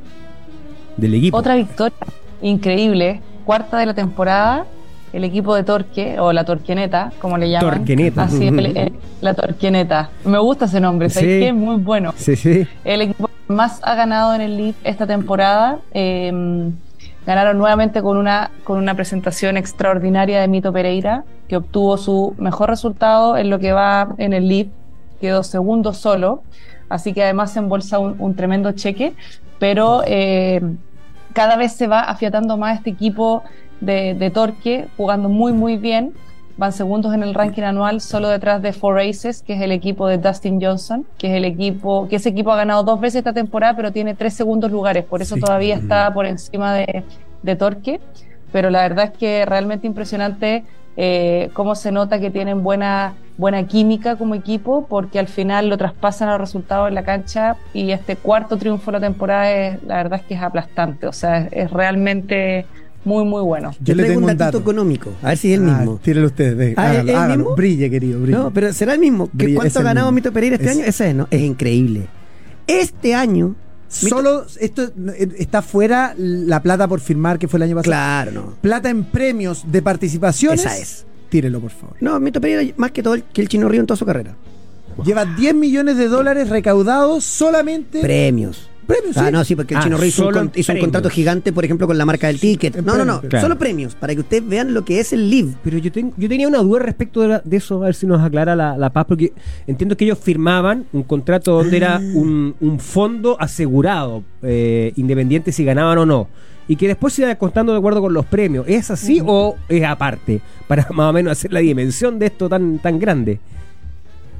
Del equipo. Otra victoria increíble, cuarta de la temporada. El equipo de Torque, o la Torqueneta, como le llaman. Torqueneta. Así, la Torqueneta. Me gusta ese nombre, ¿sabes Sí. qué? Es muy bueno. Sí. El equipo que más ha ganado en el League esta temporada. Ganaron nuevamente con una presentación extraordinaria de Mito Pereira, que obtuvo su mejor resultado en lo que va en el League. Quedó segundo solo, así que además se embolsa un tremendo cheque, pero cada vez se va afiatando más este equipo de Torque, jugando muy muy bien. Van segundos en el ranking anual, solo detrás de Four Aces, que es el equipo de Dustin Johnson, que ese equipo ha ganado 2 veces esta temporada, pero tiene 3 segundos lugares, por eso todavía está por encima de Torque. Pero la verdad es que realmente impresionante cómo se nota que tienen buena química como equipo, porque al final lo traspasan a los resultados en la cancha, y este cuarto triunfo de la temporada la verdad es que es aplastante, o sea, es realmente muy muy bueno. Yo le traigo tengo un un datito dato económico, a ver si es el mismo. Tírelo ustedes. Ah, ¿es el Hágalo. mismo? Brille, querido, brille. No, pero será el mismo. Brilla, ¿Cuánto es ha el ganado mismo. Mito Pereira este año? Ese es, ¿no? Es increíble. Este año... Solo esto está fuera la plata por firmar, que fue el año pasado. Claro, no. Plata en premios de participaciones. Esa es. Tírelo, por favor. No, Mito Pereira más que todo que el Chino Río en toda su carrera. Lleva $10 millones recaudados solamente. Premios. Premios, Ah, sí. no, sí, porque el Chino Río hizo solo en un premios. contrato gigante, por ejemplo, con la marca del ticket. En No, premios, claro. solo premios, para que ustedes vean lo que es el live. Pero yo tenía una duda respecto de eso, a ver si nos aclara la Paz, porque entiendo que ellos firmaban un contrato donde era un fondo asegurado, independiente si ganaban o no, y que después se iba contando de acuerdo con los premios. ¿Es así o es aparte? Para más o menos hacer la dimensión de esto tan grande.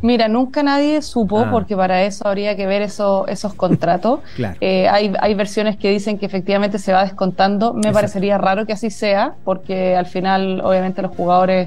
Mira, nunca nadie supo, Ah. porque para eso habría que ver esos contratos. Claro. Hay versiones que dicen que efectivamente se va descontando. Me Exacto. parecería raro que así sea, porque al final, obviamente, los jugadores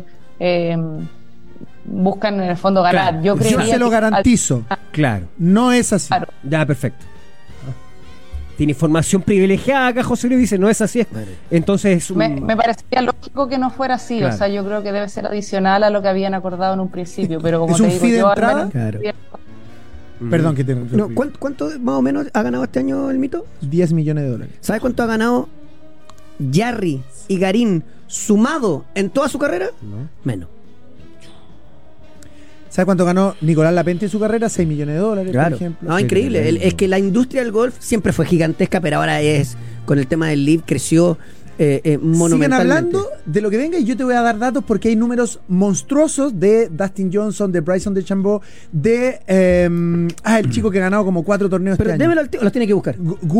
buscan en el fondo ganar. Claro. Yo Yo creería se lo que- garantizo. Claro. No es así. Claro. Ya, perfecto. Tiene información privilegiada acá, José Luis dice, no es así. Entonces es un... Me parecería lógico que no fuera así, Claro. o sea, yo creo que debe ser adicional a lo que habían acordado en un principio, pero como ¿Es te un digo, fee de yo al entrada? menos- Claro. Perdón que te No, ¿cuánto más o menos ha ganado este año el Mito? 10 millones de dólares. ¿Sabes cuánto ha ganado Jarry y Garín sumado en toda su carrera? No. Menos. ¿Sabes cuánto ganó Nicolás Lapente en su carrera? 6 millones de dólares, por Claro. ejemplo. No, increíble. Es que la industria del golf siempre fue gigantesca, pero ahora es, con el tema del LIV, creció Sigan monumentalmente. hablando de lo que venga y yo te voy a dar datos porque hay números monstruosos de Dustin Johnson, de Bryson DeChambeau, de el chico que ha ganado como 4 torneos Pero este año. démelo al tío, los tiene que buscar.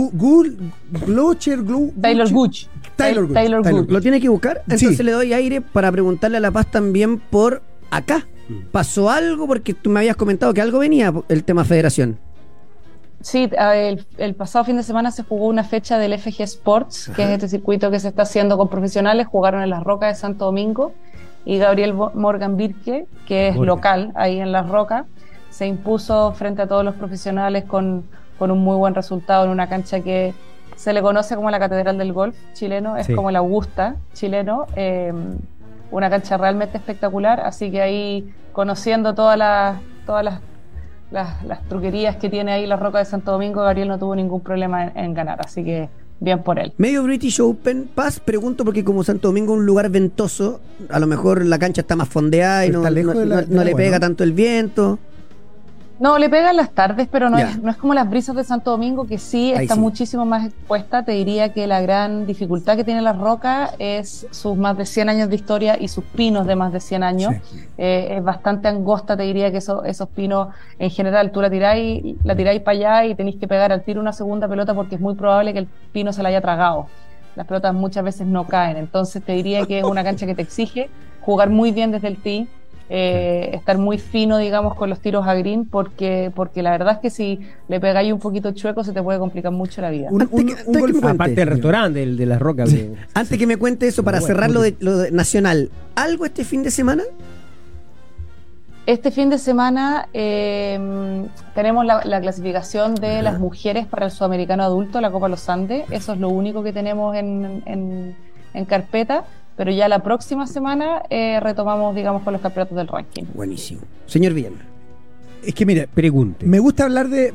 Taylor Gooch. Taylor Gooch. Taylor Gooch. Lo tiene que buscar. Entonces Sí. le doy aire para preguntarle a La Paz también por acá. ¿Pasó algo? Porque tú me habías comentado que algo venía, el tema federación. Sí, el pasado fin de semana se jugó una fecha del FG Sports, que es este circuito que se está haciendo con profesionales. Jugaron en Las Rocas de Santo Domingo y Gabriel Morgan Birke, que es Morgan. local ahí en Las Rocas, se impuso frente a todos los profesionales con un muy buen resultado en una cancha que se le conoce como la Catedral del Golf chileno, es Sí. como el Augusta chileno, una cancha realmente espectacular, así que ahí conociendo todas las truquerías que tiene ahí la Roca de Santo Domingo, Gabriel no tuvo ningún problema en ganar, así que bien por él. Medio British Open, Paz, pregunto porque como Santo Domingo es un lugar ventoso, a lo mejor la cancha está más fondeada y Pero no, está lejos no- de la- no- del no le agua, pega ¿no? tanto el viento. No, le pegan las tardes, pero no Ya. es como las brisas de Santo Domingo, que sí Ahí está sí. muchísimo más expuesta. Te diría que la gran dificultad que tiene la Roca es sus más de 100 años de historia y sus pinos de más de 100 años. Es bastante angosta, te diría que esos pinos, en general, tú la tiráis para allá y tenéis que pegar al tiro una segunda pelota porque es muy probable que el pino se la haya tragado. Las pelotas muchas veces no caen, entonces te diría que es una cancha que te exige jugar muy bien desde el tee, estar muy fino, digamos, con los tiros a green, porque la verdad es que si le pegáis un poquito chueco se te puede complicar mucho la vida. Antes que me cuente. Aparte del restaurante, el de las rocas. Antes que me cuente eso, para Bueno, cerrar lo de Nacional, ¿algo este fin de semana? Este fin de semana tenemos la clasificación de las mujeres para el Sudamericano Adulto, la Copa Los Andes. Eso es lo único que tenemos en carpeta, pero ya la próxima semana retomamos, digamos, con los campeonatos del ranking. Buenísimo. Señor Villena. Es que mire, Pregunte. me gusta hablar de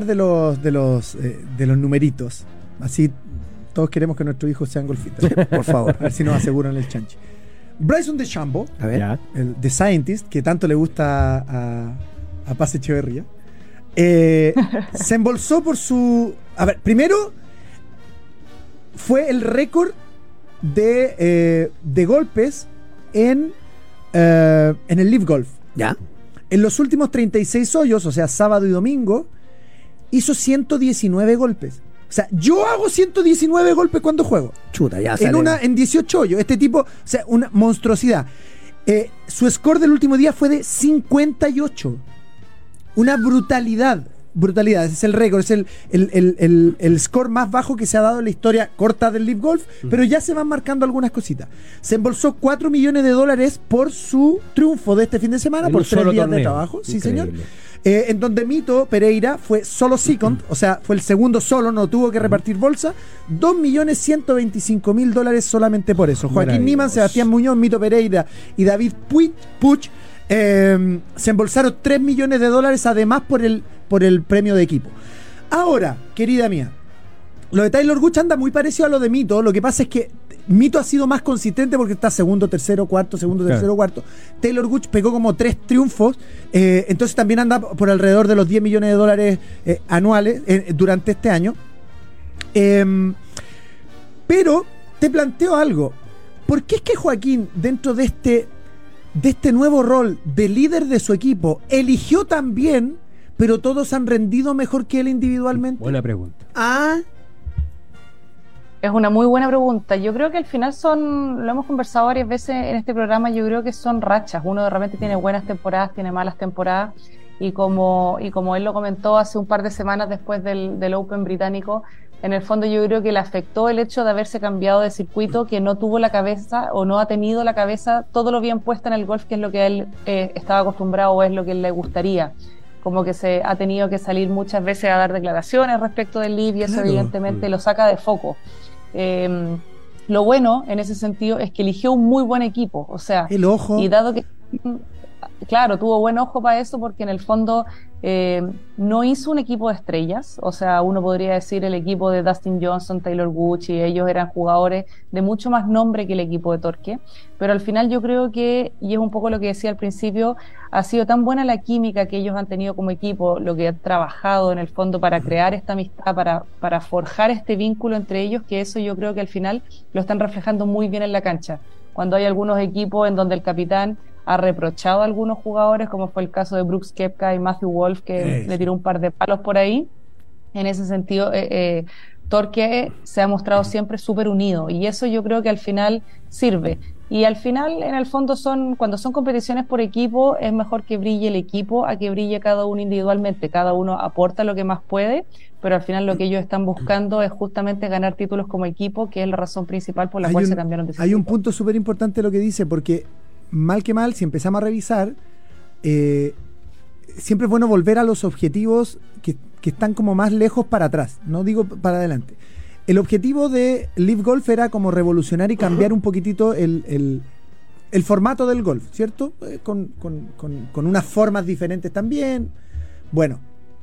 los numeritos. Así todos queremos que nuestros hijos sean golfistas. Por favor, a ver si nos aseguran el chanche. Bryson DeChambeau, A ver. Ya. el The Scientist, que tanto le gusta a Paz Echeverría, se embolsó por su... A ver, primero fue el récord de golpes en el Live Golf. ¿Ya? En los últimos 36 hoyos, o sea, sábado y domingo, hizo 119 golpes. O sea, yo hago 119 golpes cuando juego. Chuta, ya sale. En 18 hoyos. Este tipo, o sea, una monstruosidad. Su score del último día fue de 58. Una brutalidad. Brutalidad. Ese es el récord. Es el score más bajo que se ha dado en la historia corta del Live Golf. Pero ya se van marcando algunas cositas. Se embolsó $4 millones por su triunfo de este fin de semana, En por un 3 solo días de torneo. trabajo. Sí, señor. Increíble. En donde Mito Pereira fue solo second, o sea, fue el segundo solo, no tuvo que repartir bolsa. $2.125.000 solamente por eso. Joaquín Maravilloso. Niman, Sebastián Muñoz, Mito Pereira y David Puch se embolsaron $3 millones además por el premio de equipo. Ahora, querida mía, lo de Taylor Gooch anda muy parecido a lo de Mito. Lo que pasa es que Mito ha sido más consistente porque está segundo, tercero, cuarto, segundo, Claro. tercero, cuarto. Taylor Gooch pegó como 3 triunfos, entonces también anda por alrededor de los $10 millones anuales durante este año. Pero te planteo algo. ¿Por qué es que Joaquín, dentro de este nuevo rol de líder de su equipo, eligió también, pero todos han rendido mejor que él individualmente? Buena pregunta. Ah, Es una muy buena pregunta. Yo creo que al final lo hemos conversado varias veces en este programa, yo creo que son rachas. Uno de repente tiene buenas temporadas, tiene malas temporadas, y como él lo comentó hace un par de semanas después del Open británico, en el fondo yo creo que le afectó el hecho de haberse cambiado de circuito, que no tuvo la cabeza o no ha tenido la cabeza todo lo bien puesta en el golf, que es lo que él estaba acostumbrado o es lo que le gustaría. Como que se ha tenido que salir muchas veces a dar declaraciones respecto del LIV y eso evidentemente lo saca de foco. Lo bueno en ese sentido es que eligió un muy buen equipo, o sea, el ojo. Y dado que, claro, tuvo buen ojo para eso, porque en el fondo no hizo un equipo de estrellas, o sea, uno podría decir el equipo de Dustin Johnson, Taylor Gooch, y ellos eran jugadores de mucho más nombre que el equipo de Torque, pero al final yo creo que, y es un poco lo que decía al principio, ha sido tan buena la química que ellos han tenido como equipo, lo que han trabajado en el fondo para crear esta amistad, para forjar este vínculo entre ellos, que eso yo creo que al final lo están reflejando muy bien en la cancha. Cuando hay algunos equipos en donde el capitán ha reprochado a algunos jugadores, como fue el caso de Brooks Koepka y Matthew Wolff, que le tiró un par de palos por ahí. En ese sentido, Torque se ha mostrado siempre súper unido, y eso yo creo que al final sirve. Y al final, en el fondo, cuando son competiciones por equipo, es mejor que brille el equipo a que brille cada uno individualmente. Cada uno aporta lo que más puede, pero al final lo que ellos están buscando es justamente ganar títulos como equipo, que es la razón principal por la cual se cambiaron de circuito. Hay un punto súper importante lo que dice, porque mal que mal, si empezamos a revisar, siempre es bueno volver a los objetivos que están como más lejos para atrás, no digo para adelante. El objetivo de LIV Golf era como revolucionar y cambiar un poquitito el formato del golf, ¿cierto? Con unas formas diferentes también. Bueno,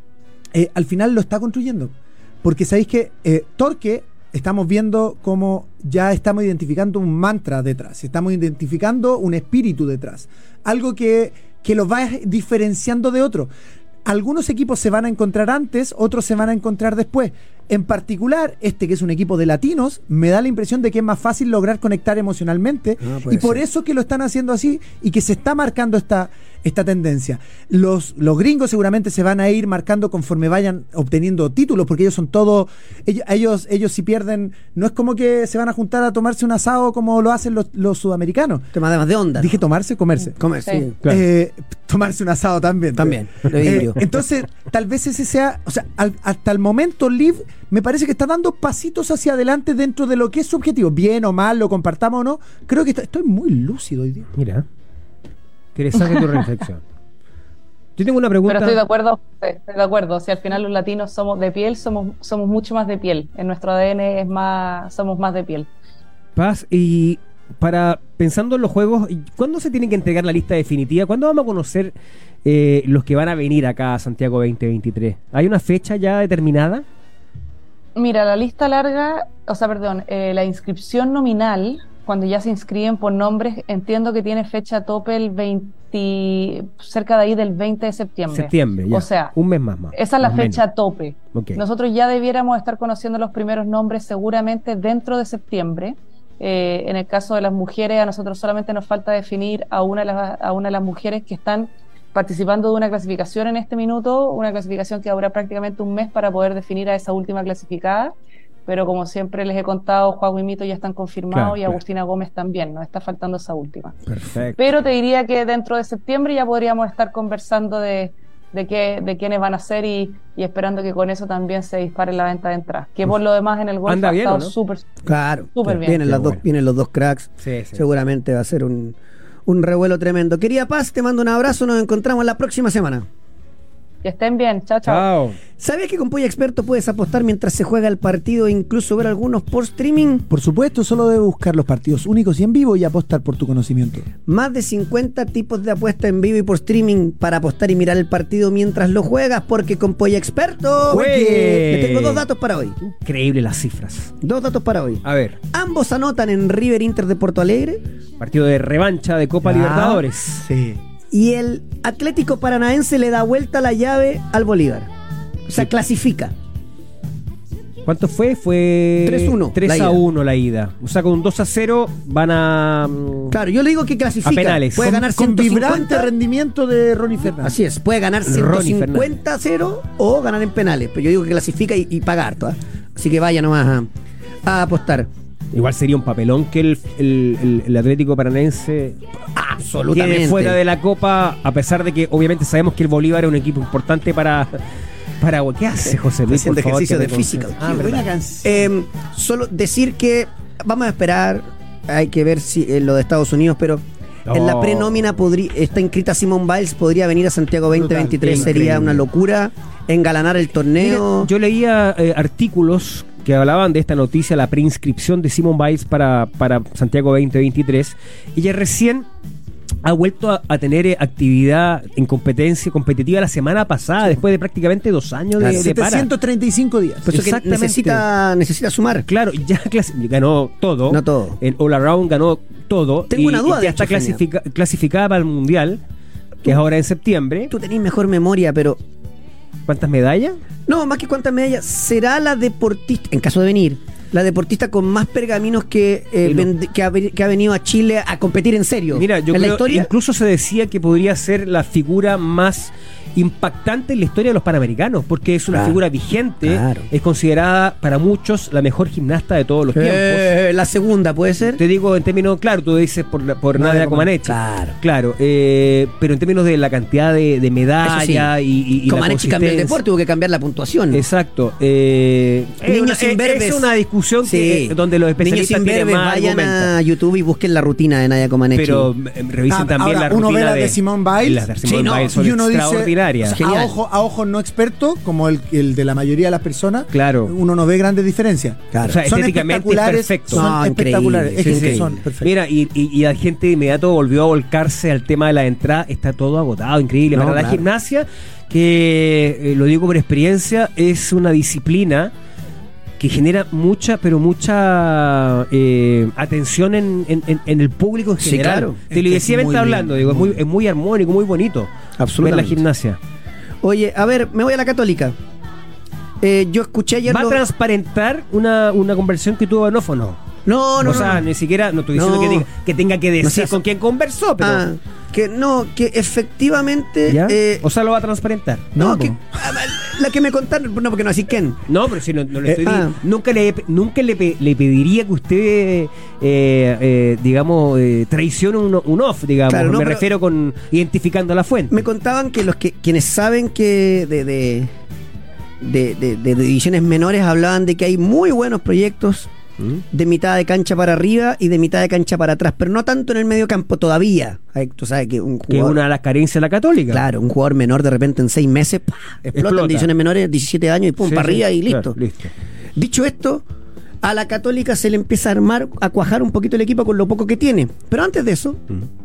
al final lo está construyendo, porque sabéis que Torque, estamos viendo cómo ya estamos identificando un mantra detrás, estamos identificando un espíritu detrás, algo que los va diferenciando de otros. Algunos equipos se van a encontrar antes, otros se van a encontrar después. En particular, que es un equipo de latinos, me da la impresión de que es más fácil lograr conectar emocionalmente, y por eso que lo están haciendo así y que se está marcando esta tendencia. Los gringos seguramente se van a ir marcando conforme vayan obteniendo títulos, porque ellos son todos, ellos si pierden, no es como que se van a juntar a tomarse un asado como lo hacen los sudamericanos. Tema además de onda. Dije tomarse, comerse. Sí. Claro. Tomarse un asado también. Entonces, tal vez ese sea, o sea, hasta el momento LIV me parece que está dando pasitos hacia adelante dentro de lo que es su objetivo. Bien o mal, lo compartamos o no, creo que estoy muy lúcido hoy día. Mira, interesante tu reflexión. Yo tengo una pregunta. Pero estoy de acuerdo. Si al final los latinos somos de piel, somos mucho más de piel. En nuestro ADN somos más de piel. Paz, y pensando en los juegos, ¿cuándo se tiene que entregar la lista definitiva? ¿Cuándo vamos a conocer los que van a venir acá a Santiago 2023? ¿Hay una fecha ya determinada? Mira, la lista larga, la inscripción nominal, cuando ya se inscriben por nombres, entiendo que tiene fecha tope cerca de ahí del 20 de septiembre. Septiembre, ya. O sea, un mes más. Esa es la fecha tope. Okay. Nosotros ya debiéramos estar conociendo los primeros nombres seguramente dentro de septiembre. En el caso de las mujeres, a nosotros solamente nos falta definir a una de las mujeres que están participando de una clasificación en este minuto, una clasificación que dura prácticamente un mes para poder definir a esa última clasificada, pero como siempre les he contado, Juan y Mito ya están confirmados, y Agustina Gómez también, nos está faltando esa última. Perfecto. Pero te diría que dentro de septiembre ya podríamos estar conversando de quiénes van a ser y esperando que con eso también se dispare la venta de entradas, que por lo demás en el golf ha estado súper bien. Vienen los dos cracks, seguramente va a ser un revuelo tremendo. Querida Paz, te mando un abrazo, nos encontramos la próxima semana. Que estén bien, chao. ¿Sabías que con Polla Experto puedes apostar mientras se juega el partido e incluso ver algunos por streaming? Por supuesto, solo debes buscar los partidos únicos y en vivo y apostar por tu conocimiento. Más de 50 tipos de apuesta en vivo y por streaming para apostar y mirar el partido mientras lo juegas, porque con Polla Experto te tengo 2 datos para hoy. Increíble las cifras. 2 datos para hoy. A ver. Ambos anotan en River Inter de Porto Alegre. Partido de revancha de Copa Libertadores. Sí. Y el Atlético Paranaense le da vuelta la llave al Bolívar. O sea, clasifica. ¿Cuánto fue? Fue 3-1. 3-1 la ida. O sea, con un 2-0 van a... Claro, yo le digo que clasifica. A penales. Puede ganar con 150. Vibrante rendimiento de Ronnie Fernández. Así es, puede ganar 150-0 o ganar en penales. Pero yo digo que clasifica y paga harto. Así que vaya nomás a apostar. Igual sería un papelón que el Atlético Paranaense Absolutamente. quede fuera de la Copa, a pesar de que obviamente sabemos que el Bolívar es un equipo importante para ¿qué hace José Luis? Haciendo Por favor, ejercicio que de me física. concentre. Qué buena ¿Verdad? canción. Solo decir que vamos a esperar, hay que ver si lo de Estados Unidos, pero en la Oh. prenómina está inscrita Simone Biles, podría venir a Santiago 2023, Brutal, sería increíble. una locura, engalanar el torneo. Mira, yo leía artículos que hablaban de esta noticia, la preinscripción de Simone Biles para Santiago 2023. Ella recién ha vuelto a tener actividad en competencia competitiva la semana pasada, después de prácticamente 2 años de para. 735 días. Por eso que Exactamente. necesita sumar. Claro, ya ganó todo. No todo. El All Around ganó todo. Tengo una duda, y de ya está hecho, Feña. clasificada para el Mundial, que es ahora en septiembre. Tú tenés mejor memoria, pero ¿Cuántas medallas? no, más que cuántas medallas, será la deportista, en caso de venir, la deportista con más pergaminos que ha venido a Chile a competir en serio. Mira, yo en la creo, historia. incluso se decía que podría ser la figura más impactante en la historia de los Panamericanos, porque es una Claro, figura vigente, claro. es considerada para muchos la mejor gimnasta de todos los tiempos. La segunda, ¿puede ser? Te digo en términos, claro, tú dices por Nadia Comaneci. Claro. Pero en términos de la cantidad de medallas y la Comaneci cambió el consistencia. deporte, tuvo que cambiar la puntuación. Exacto. Niños sin verbes. Es una discusión Sí. donde los Niños especialistas sin tienen verbes, más vayan argumentos. a YouTube y busquen la rutina de Nadia Comaneci. Pero revisen también ahora, la uno ve rutina las de Simone Biles. Las de Simone Sí, no, Biles son y uno dice, extraordinarias. o sea, Genial. a ojos no expertos, como el de la mayoría de las personas, Claro. uno no ve grandes diferencias. Claro. O sea, Son estéticamente es espectaculares, perfecto. son No, espectaculares. increíble, Es que sí, son sí. perfectos. Mira, y la gente de inmediato volvió a volcarse al tema de la entrada. Está todo agotado, increíble. No, Para la claro. gimnasia, que lo digo por experiencia, es una disciplina que genera mucha atención en el público en Sí, general. claro. Es Televisivamente que es muy hablando, bien, digo, muy es muy armónico, muy bonito. Ver la Absolutamente. gimnasia. Oye, a ver, me voy a la Católica. Yo escuché ayer. ¿Va a transparentar una conversión que tuvo Anófono? No, o sea, ni siquiera, no estoy diciendo No. que tenga que decir No seas- con quién conversó, pero. Que efectivamente. ¿Ya? O sea, lo va a transparentar. No, po. la que me contaron, no, porque no así quién. No, pero si no le estoy ah. nunca le pediría que usted, digamos, traicione un off, digamos. Claro, no, me pero- refiero con identificando la fuente. Me contaban que quienes saben que de divisiones menores hablaban de que hay muy buenos proyectos de mitad de cancha para arriba y de mitad de cancha para atrás, pero no tanto en el medio campo todavía. Tú sabes que un Que es jugador, una de las carencias de la Católica. claro, un jugador menor de repente en 6 meses explota en divisiones menores, 17 años y pum, Sí, para sí, arriba y listo. claro, listo. Dicho esto, a la Católica se le empieza a cuajar un poquito el equipo con lo poco que tiene. Pero antes de eso,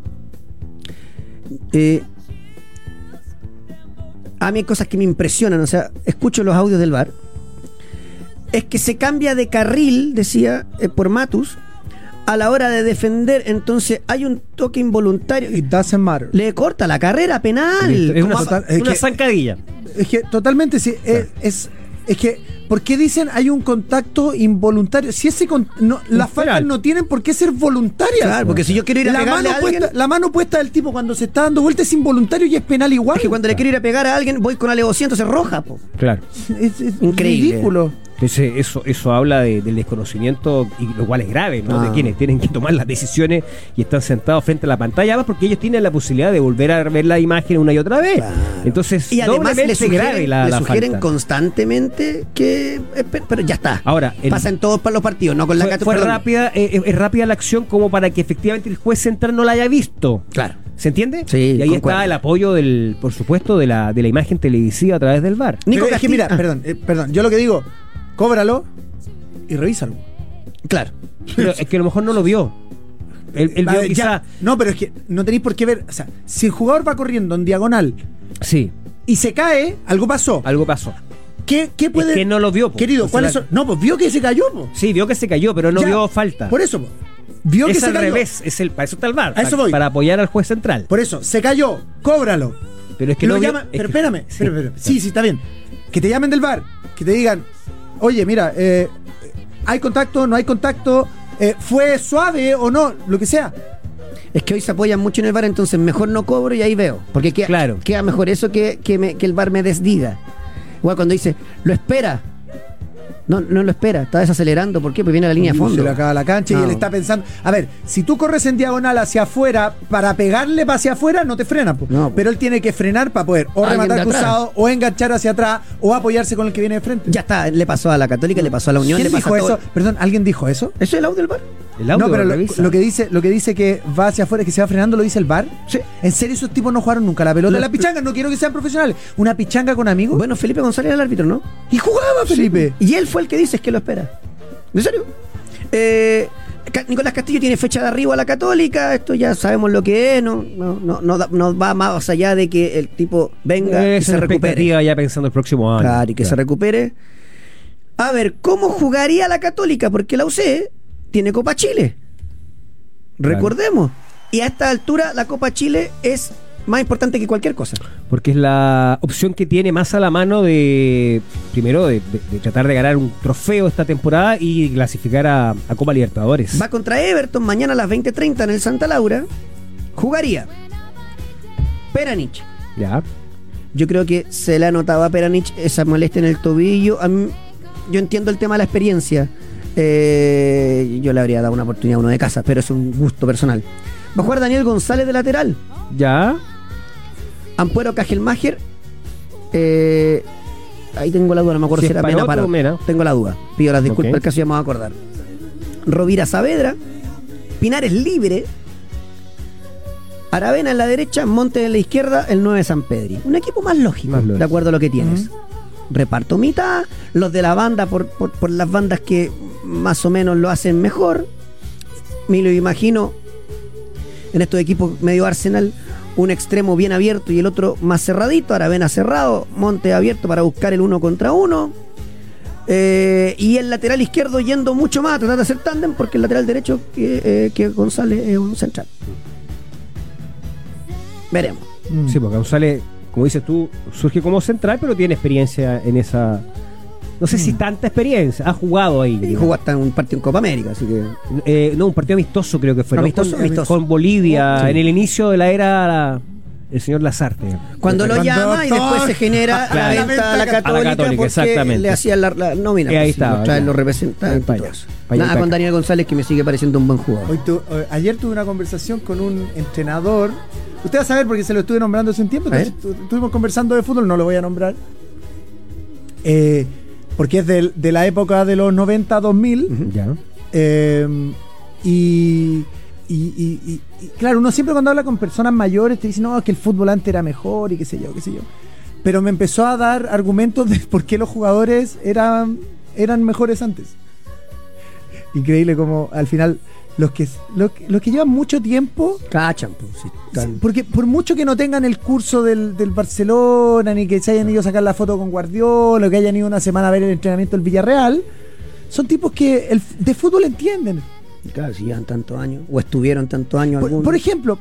a mí hay cosas que me impresionan. O sea, escucho los audios del VAR. Es que se cambia de carril, decía, por Matus, a la hora de defender. Entonces hay un toque involuntario. It doesn't matter. Le corta la carrera penal. Listo. Es una, ¿Cómo? total- es una que- zancadilla. Es que totalmente sí. Es que, ¿por qué dicen hay un contacto involuntario? Si ese las faltas no tienen por qué ser voluntarias. Claro, porque si yo quiero ir a pegarle a alguien, la mano puesta del tipo cuando se está dando vuelta es involuntario y es penal igual. es que cuando le quiero ir a pegar a alguien, voy con alevosía, entonces roja, po. Claro. es Increíble. ridículo. Entonces eso habla del desconocimiento, y lo cual es grave, ¿no? Ah. De quienes tienen que tomar las decisiones y están sentados frente a la pantalla, además porque ellos tienen la posibilidad de volver a ver la imagen una y otra vez. Claro. Entonces, Y además le doblemente grave sugieren, la sugieren falta. constantemente que. Pero ya está. Ahora, pasa en todos los partidos, no con la fue Católica. rápida, es rápida la acción como para que efectivamente el juez central no la haya visto. Claro. ¿Se entiende? Sí, y ahí concuerdo. está el apoyo por supuesto, de la imagen televisiva a través del VAR. Nico Pero es que Castillo- mira, ah, perdón, yo lo que digo, cóbralo y revísalo. Claro. Pero es que a lo mejor no lo vio. Él A vio ver, quizá. ya, no, pero es que no tenéis por qué ver. O sea, si el jugador va corriendo en diagonal Sí, y se cae, algo pasó. algo pasó. ¿Qué puede.? Es que no lo vio, po. Querido, O sea, ¿cuáles son? No, pues vio que se cayó, po. Sí, vio que se cayó, pero no Ya, vio falta. Por eso, po. Vio que Es se al cayó. revés, para eso está el VAR. A eso voy. Para apoyar al juez central. Por eso, se cayó, cóbralo. Pero es que Y lo no vio- llaman- es pero que- espérame, sí. espérame. Sí, está bien. Que te llamen del VAR, que te digan, oye, mira, ¿hay contacto? ¿No hay contacto? ¿Fue suave o no? Lo que sea. Es que hoy se apoyan mucho en el VAR, entonces mejor no cobro y ahí veo. Porque queda mejor eso que el VAR me desdiga. Igual cuando dice, lo espera. No lo espera, está desacelerando. ¿Por qué? Porque viene a la línea de fondo. Se le acaba la cancha y No. él está pensando. A ver, si tú corres en diagonal hacia afuera para pegarle para hacia afuera, no te frena. Po. No, po. Pero él tiene que frenar para poder o Alguien rematar de atrás. cruzado, o enganchar hacia atrás, o apoyarse con el que viene de frente. Ya está, le pasó a la Católica, le pasó a la Unión, ¿Quién le pasó dijo a todo. eso? Perdón, ¿alguien dijo eso? ¿Eso es el audio del bar? El audio No, pero revisa. lo que dice que va hacia afuera, que se va frenando, lo dice el VAR. Sí. ¿En serio esos tipos no jugaron nunca la pelota? La pichanga, no quiero que sean profesionales. Una pichanga con amigos. Bueno, Felipe González era el árbitro, ¿no? Y jugaba Felipe. Y él fue el que dice que lo espera. ¿En serio? Nicolás Castillo tiene fecha de arribo a la Católica. Esto ya sabemos lo que es. No va más allá de que el tipo venga y Es se una recupere. expectativa ya pensando el próximo año. Claro, y que se recupere. A ver, ¿cómo jugaría la Católica? Porque la UC tiene Copa Chile. Claro. Recordemos. Y a esta altura la Copa Chile es más importante que cualquier cosa. Porque es la opción que tiene más a la mano de, primero, de tratar de ganar un trofeo esta temporada y clasificar a Copa Libertadores. Va contra Everton mañana a las 20:30 en el Santa Laura. Jugaría Peranich. Ya. Yo creo que se le anotaba a Peranich esa molestia en el tobillo. A mí, yo entiendo el tema de la experiencia. Yo le habría dado una oportunidad a uno de casa, pero es un gusto personal. Va a jugar Daniel González de lateral. Ya. Ampuero Cajelmacher. Ahí tengo la duda, no me acuerdo Si si es era Parot Mena o Parot. o Mena. Tengo la duda. Pido las disculpas, Ok. casi ya me voy a acordar. Rovira Saavedra. Pinares libre. Aravena en la derecha, Montes en la izquierda, el 9 San Pedri. Un equipo más lógico, Más lógico. de acuerdo a lo que tienes. Reparto mitad, los de la banda por las bandas que más o menos lo hacen mejor. Me lo imagino en estos equipos medio Arsenal, un extremo bien abierto y el otro más cerradito, Aravena cerrado, Montes abierto para buscar el 1 contra 1. Y el lateral izquierdo yendo mucho más a tratar de hacer tándem, porque el lateral derecho que González es un central. Veremos. Sí, porque González, como dices tú, surge como central, pero tiene experiencia en esa... No sé si tanta experiencia. Ha jugado ahí. Y digamos. jugó hasta un partido en Copa América, así que... No, un partido amistoso creo que fue. ¿no? Amistoso, amistoso. Con Bolivia, Sí. en el inicio de la era el señor Lazarte. Cuando lo Cuando llama y después se genera Claro. la venta a la Católica, Católica, porque exactamente. le hacían la nómina. Y ahí pues, estaba, los traen ya. los representantes y Pa' todo allá, eso. pa' allá y Nada, pa' con acá. Daniel González, que me sigue pareciendo un buen jugador. Ayer tuve una conversación con un entrenador. Usted va a saber porque se lo estuve nombrando hace un tiempo. A ver. Entonces, estuvimos conversando de fútbol, no lo voy a nombrar. Porque es de la época de los 90-2000. Ya. Y claro, uno siempre cuando habla con personas mayores te dice, no, es que el fútbol antes era mejor y qué sé yo. Pero me empezó a dar argumentos de por qué los jugadores eran mejores antes. Increíble como al final los que llevan mucho tiempo, Cachan, pues, sí, están- porque por mucho que no tengan el curso del Barcelona, ni que se hayan ido a sacar la foto con Guardiola, o que hayan ido una semana a ver el entrenamiento del Villarreal, son tipos que de fútbol entienden. Claro, si llevan tantos años, o estuvieron tantos años algunos. Por ejemplo,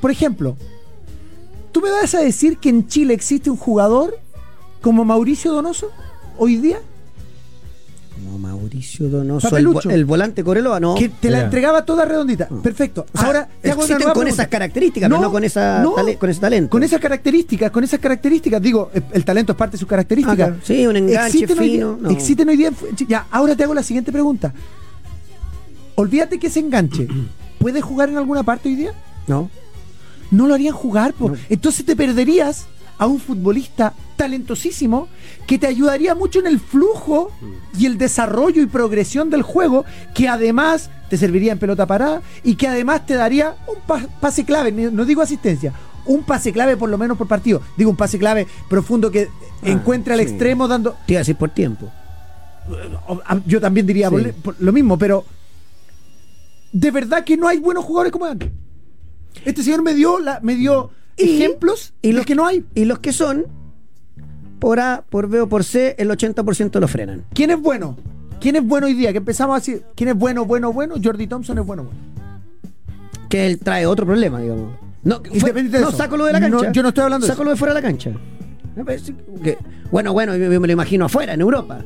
¿tú me vas a decir que en Chile existe un jugador como Mauricio Donoso hoy día? Como Mauricio Donoso, Papelucho. el volante Coreloa, no. Que te la Ya. entregaba toda redondita. Perfecto. O sea, Ahora te hago una existen nueva con pregunta. esas características, pero no con con ese talento. Con esas características, digo, el talento es parte de sus características. Ah, claro. Sí, un enganche ¿Existen hoy día- fino, no. Existen hoy día. Ya, ahora te hago la siguiente pregunta. Olvídate que ese enganche puede jugar en alguna parte hoy día. No. No lo harían jugar, po. No. Entonces te perderías a un futbolista talentosísimo que te ayudaría mucho en el flujo y el desarrollo y progresión del juego, que además te serviría en pelota parada y que además te daría un pase clave, no digo asistencia, un pase clave por lo menos por partido, digo un pase clave profundo que encuentre al sí. extremo dando... Te iba a decir por tiempo. Yo también diría Sí. por lo mismo, pero de verdad que no hay buenos jugadores como antes. Este señor me dio ejemplos y de los que no hay. Y los que son, por A, por B o por C, el 80% lo frenan. ¿Quién es bueno? ¿Quién es bueno hoy día? Que empezamos a decir, ¿quién es bueno? Jordi Thompson es bueno. Que él trae otro problema, digamos. No, Independiente de no eso. sácalo de la No, cancha. yo no estoy hablando de Sácalo de fuera de la cancha. Me parece que- bueno, yo me lo imagino afuera, en Europa.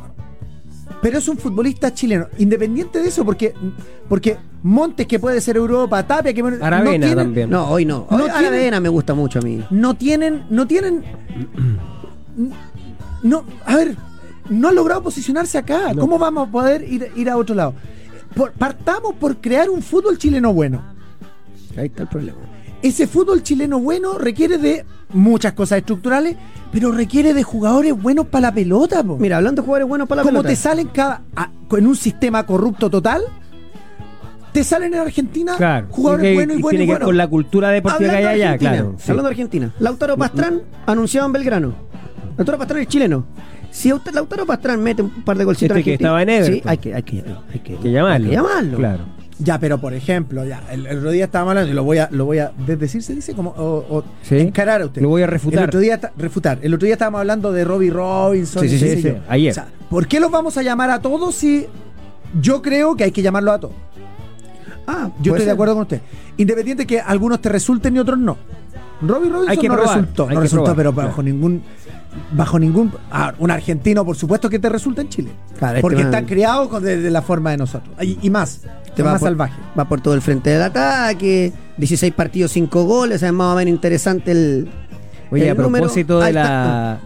Pero es un futbolista chileno. Independiente de eso, porque Montes, que puede ser Europa, Tapia, que Aravena tienen- también. No, hoy no. No Hoy tiene- Aravena me gusta mucho a mí. No tienen. No, a ver, no han logrado posicionarse acá. No. ¿Cómo vamos a poder ir a otro lado? Partamos por crear un fútbol chileno bueno. Ahí está el problema. Ese fútbol chileno bueno requiere de muchas cosas estructurales, pero requiere de jugadores buenos para la pelota, po. Mira, hablando de jugadores buenos para la Como pelota. te salen en un sistema corrupto total, te salen en Argentina Claro. jugadores Sí, buenos y buenos tiene y que ver buenos. con la cultura deportiva que hay Hablando de allá, Argentina, claro. Sí. Hablando de Argentina. Lautaro Pastrán anunciado en Belgrano. Lautaro Pastrán es chileno. Si Lautaro Pastrán mete un par de golcitos Este que argentinos, estaba en Everton. sí, hay que llamarlo. hay que llamarlo. Claro. Ya, pero por ejemplo, ya el otro día estábamos hablando, y lo voy a desdecir, se dice, como Sí. encarar a usted. Lo voy a refutar. El otro día estábamos hablando de Robbie Robinson. Sí, y sí, qué sí, sé sí. yo. Ayer. O sea, ¿por qué los vamos a llamar a todos si yo creo que hay que llamarlos a todos? Yo estoy de acuerdo con usted. Independiente que algunos te resulten y otros no. Robbie Robinson Hay que no probar, resultó, hay no que resultó, probar, pero claro. bajo ningún un argentino, por supuesto que te resulta en Chile. Claro, porque este va- están criados de la forma de nosotros. Y más, Te más por, salvaje. Va por todo el frente del ataque, 16 partidos, 5 goles, es más o menos interesante el. Oye, el a propósito número. de Ahí la,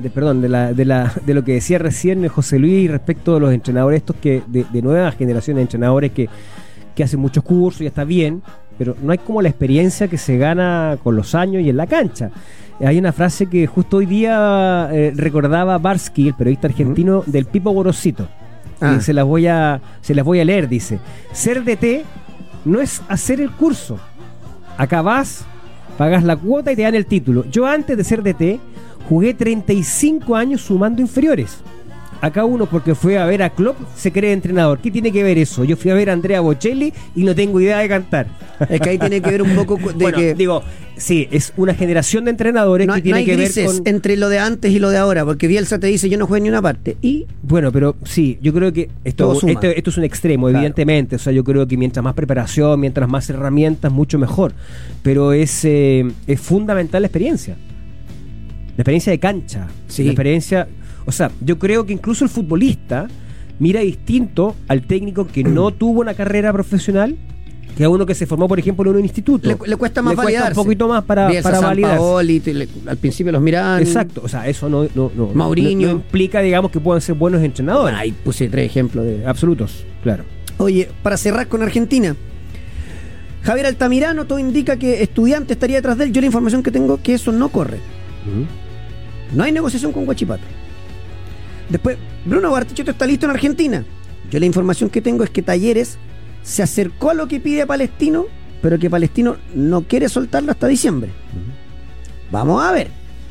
de lo que decía recién José Luis respecto de los entrenadores estos que de nuevas generaciones de entrenadores que hacen muchos cursos y está bien, pero no hay como la experiencia que se gana con los años y en la cancha. Hay una frase que justo hoy día recordaba Barsky, el periodista argentino, del Pipo Gorosito. Ah. Y se las voy a leer, dice: ser DT no es hacer el curso. Acá vas, pagas la cuota y te dan el título. Yo antes de ser DT jugué 35 años sumando inferiores. Acá uno, porque fue a ver a Klopp, se cree entrenador. ¿Qué tiene que ver eso? Yo fui a ver a Andrea Bocelli y no tengo idea de cantar. Es que ahí tiene que ver un poco de Bueno, que. digo, sí, es una generación de entrenadores No, que no tiene hay que ver grises con... entre lo de antes y lo de ahora, porque Bielsa te dice yo no juego ni una parte. Y Bueno, pero sí, yo creo que Todo suma. esto es un extremo, Claro. evidentemente. O sea, yo creo que mientras más preparación, mientras más herramientas, mucho mejor. Pero es fundamental la experiencia. La experiencia de cancha. Sí. La experiencia... O sea, yo creo que incluso el futbolista mira distinto al técnico que no tuvo una carrera profesional que a uno que se formó, por ejemplo, en un instituto. le cuesta más validarse. un poquito más para Bielsa, validarse. Sampaoli, al principio los miraban. Exacto, o sea, eso no Mourinho. no implica, digamos, que puedan ser buenos entrenadores. Bueno, ahí puse 3 ejemplos de. Absolutos, claro. Oye, para cerrar con Argentina, Javier Altamirano, todo indica que Estudiante estaría detrás de él. Yo la información que tengo que eso no corre. No hay negociación con Huachipato. Después, Bruno Bartichotto está listo en Argentina. Yo la información que tengo es que Talleres se acercó a lo que pide Palestino, pero que Palestino no quiere soltarlo hasta diciembre. Vamos a ver.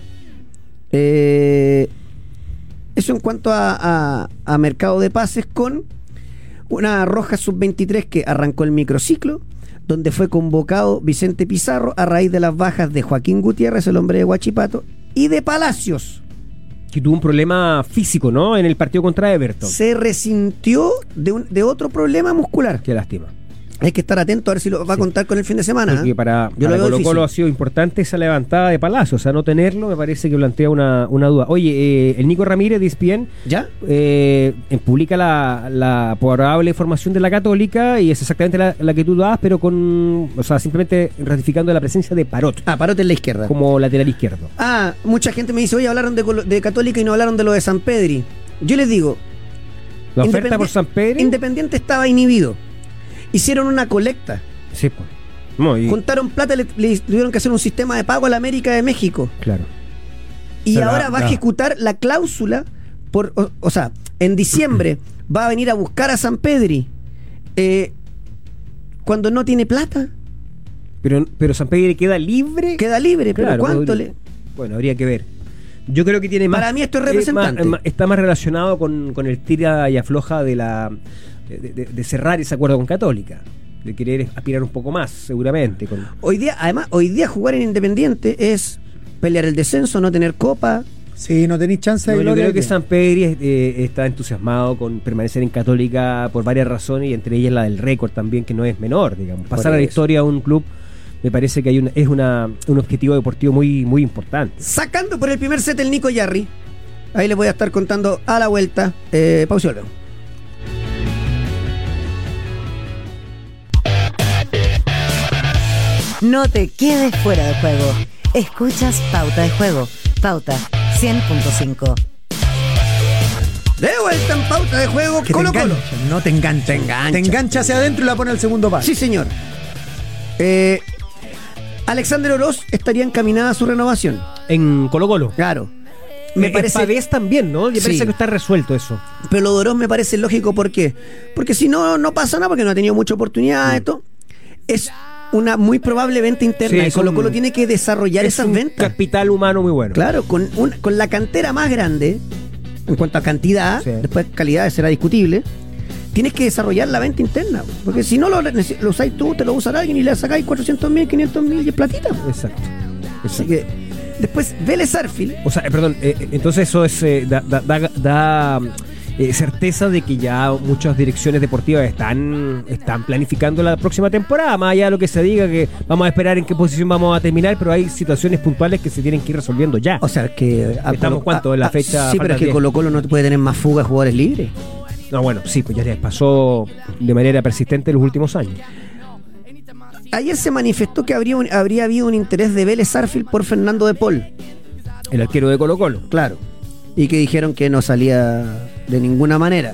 Eso en cuanto a mercado de pases, con una Roja sub-23 que arrancó el microciclo, donde fue convocado Vicente Pizarro a raíz de las bajas de Joaquín Gutiérrez, el hombre de Huachipato, y de Palacios. Que tuvo un problema físico, ¿no? En el partido contra Everton. Se resintió de otro problema muscular. Qué lástima. Hay que estar atento a ver si lo va a contar con el fin de semana. Porque para Yo lo veo Colo Colo difícil. ha sido importante esa levantada de Palacio. O sea, no tenerlo me parece que plantea una duda. Oye, el Nico Ramírez de ESPN ¿Ya? publica la probable información de la Católica y es exactamente la que tú das, pero o sea, simplemente ratificando la presencia de Parot Parot en la izquierda. como lateral izquierdo. Mucha gente me dice, oye, hablaron de Católica y no hablaron de lo de San Pedri. Yo les digo, La oferta por San Pedro. Independiente estaba inhibido. Hicieron una colecta. Sí, pues. No, Juntaron plata, le tuvieron que hacer un sistema de pago a la América de México. claro. Y Se ahora va a ejecutar la cláusula o sea, en diciembre va a venir a buscar a San Pedri cuando no tiene plata. Pero San Pedro queda libre. Queda libre, pero Claro, ¿cuánto podría. le...? Bueno, habría que ver. Yo creo que tiene más. Para mí esto es representante. Está más relacionado con el tira y afloja de cerrar ese acuerdo con Católica. De querer aspirar un poco más, seguramente. Hoy día jugar en Independiente es pelear el descenso, no tener copa. Sí, no tenéis chance de Yo gloria. creo que San Pedro está entusiasmado con permanecer en Católica por varias razones, y entre ellas la del récord también, que no es menor, digamos. Pasar a la historia a un club me parece que es un objetivo deportivo muy, muy importante. Sacando por el primer set el Nico Yarri. Ahí les voy a estar contando a la vuelta. Pausa y volvemos. No te quedes fuera de juego. Escuchas Pauta de Juego. Pauta 100.5. De vuelta en pauta de juego, Que Colo te Colo. engancha, no te engancha. Te engancha. Te engancha hacia adentro y la pone al segundo palo. Sí, señor. Alexander Oroz estaría encaminada a su renovación. En Colo-Colo. Claro. Me parece. Pavés también, ¿no? Me parece Sí. que está resuelto eso. Pero lo de Oroz me parece lógico. ¿Por qué? Porque si no, no pasa nada, porque no ha tenido mucha oportunidad. Esto es una muy probable venta interna. Sí, y es Colo un- Colo tiene que desarrollar Es esas un ventas. capital humano muy bueno. Claro, con la cantera más grande, en cuanto a cantidad, Sí. después calidad será discutible, tienes que desarrollar la venta interna. Porque si no lo usáis tú, te lo usará alguien y le sacáis 400.000, 500.000 y es platita. Exacto. Así que después Vélez Arfield. O sea, perdón, entonces eso es da certeza de que ya muchas direcciones deportivas están planificando la próxima temporada, más allá de lo que se diga, que vamos a esperar en qué posición vamos a terminar, pero hay situaciones puntuales que se tienen que ir resolviendo ya. O sea, que ¿Estamos cuánto en la fecha? Sí, pero es que Faltan 10. Colo Colo no puede tener más fuga de jugadores libres. No, bueno, sí, pues ya les pasó de manera persistente en los últimos años. Ayer se manifestó que habría habido un interés de Vélez Arfield por Fernando de Paul. El arquero de Colo-Colo. Claro. Y que dijeron que no salía de ninguna manera.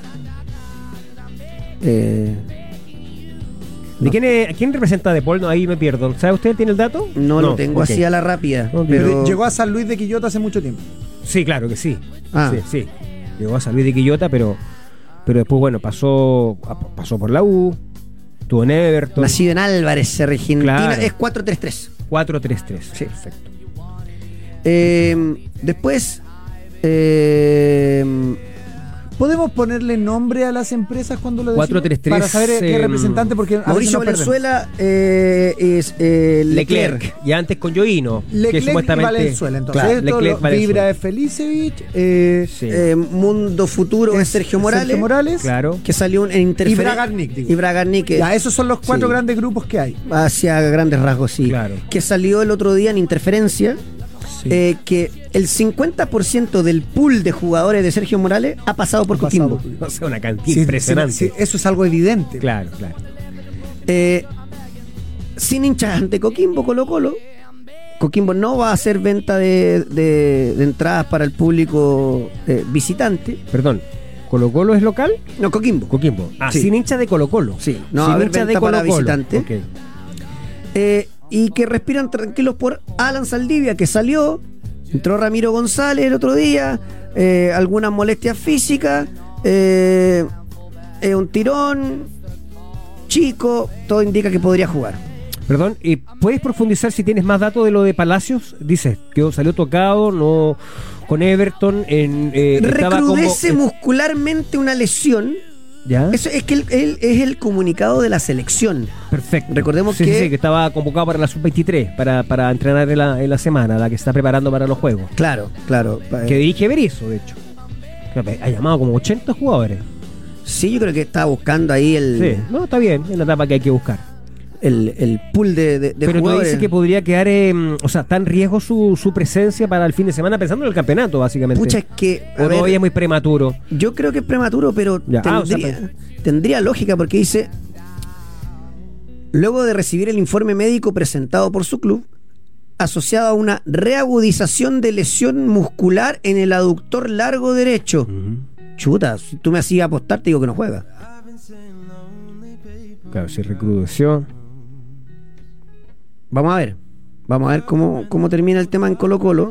¿De quién representa a De Paul? No, ahí me pierdo. ¿Sabe usted? ¿Tiene el dato? No lo tengo ok. así a la rápida. No, pero Llegó a San Luis de Quillota hace mucho tiempo. Sí, claro que sí. Ah. Sí. Llegó a San Luis de Quillota, pero después, bueno, pasó por la U, estuvo en Everton. nacido en Álvarez, Argentina. Claro. Es 4-3-3. 4-3-3. Sí. Perfecto. Después. ¿Podemos ponerle nombre a las empresas cuando lo decimos? 433, Para saber qué representante, porque a veces Mauricio nos perdemos. Valenzuela es Leclerc. Y antes con Yoino, que Leclerc y supuestamente. Valenzuela, entonces. Claro, Esto Leclerc, lo- Vibra Valenzuela. de Felicevich, Sí. Mundo Futuro es Sergio Morales. Claro. Que salió en Interferencia. Y Bragarnik, digo. Y Bragarnik, que Ya, esos son los 4 Sí. grandes grupos que hay. hacia grandes rasgos, sí. Claro. Que salió el otro día en Interferencia. Sí. Que el 50% del pool de jugadores de Sergio Morales ha pasado por Coquimbo. O sea, una cantidad Sí, impresionante. sí, eso es algo evidente. Claro. Sin hinchas ante Coquimbo, Colo Colo. Coquimbo no va a hacer venta de entradas para el público visitante. Perdón, ¿Colo-Colo es local? No, Coquimbo. Coquimbo. Sí. Sin hincha de Colo-Colo. Sí, no va Sin a haber hincha venta para Colo-Colo. visitante. Ok. Y que respiran tranquilos por Alan Saldivia, que salió. Entró Ramiro González el otro día. Algunas molestias físicas. Un tirón. Chico. Todo indica que podría jugar. Perdón, ¿puedes profundizar si tienes más datos de lo de Palacios? Dices que salió tocado, no con Everton. Recrudece muscularmente una lesión. ¿Ya? Eso es que él es el comunicado de la selección. Perfecto. Recordemos Sí, que- sí, que estaba convocado para la Sub-23, para entrenar en la semana, la que se está preparando para los Juegos. Claro. Que dirige Berizzo, de hecho. Ha llamado como 80 jugadores. Sí, yo creo que estaba buscando ahí Sí, no, está bien, es la etapa que hay que buscar. el pool de Pero tú jugadores. dices que podría quedar, está en riesgo su presencia para el fin de semana, pensando en el campeonato, básicamente. Pucha, es que. a O ver, todavía es muy prematuro. yo creo que es prematuro, pero Ya. tendría lógica porque dice. Luego de recibir el informe médico presentado por su club, asociado a una reagudización de lesión muscular en el aductor largo derecho. Chuta, si tú me hacías apostar, te digo que no juega. Claro, se recrudeció. Vamos a ver cómo termina el tema en Colo Colo.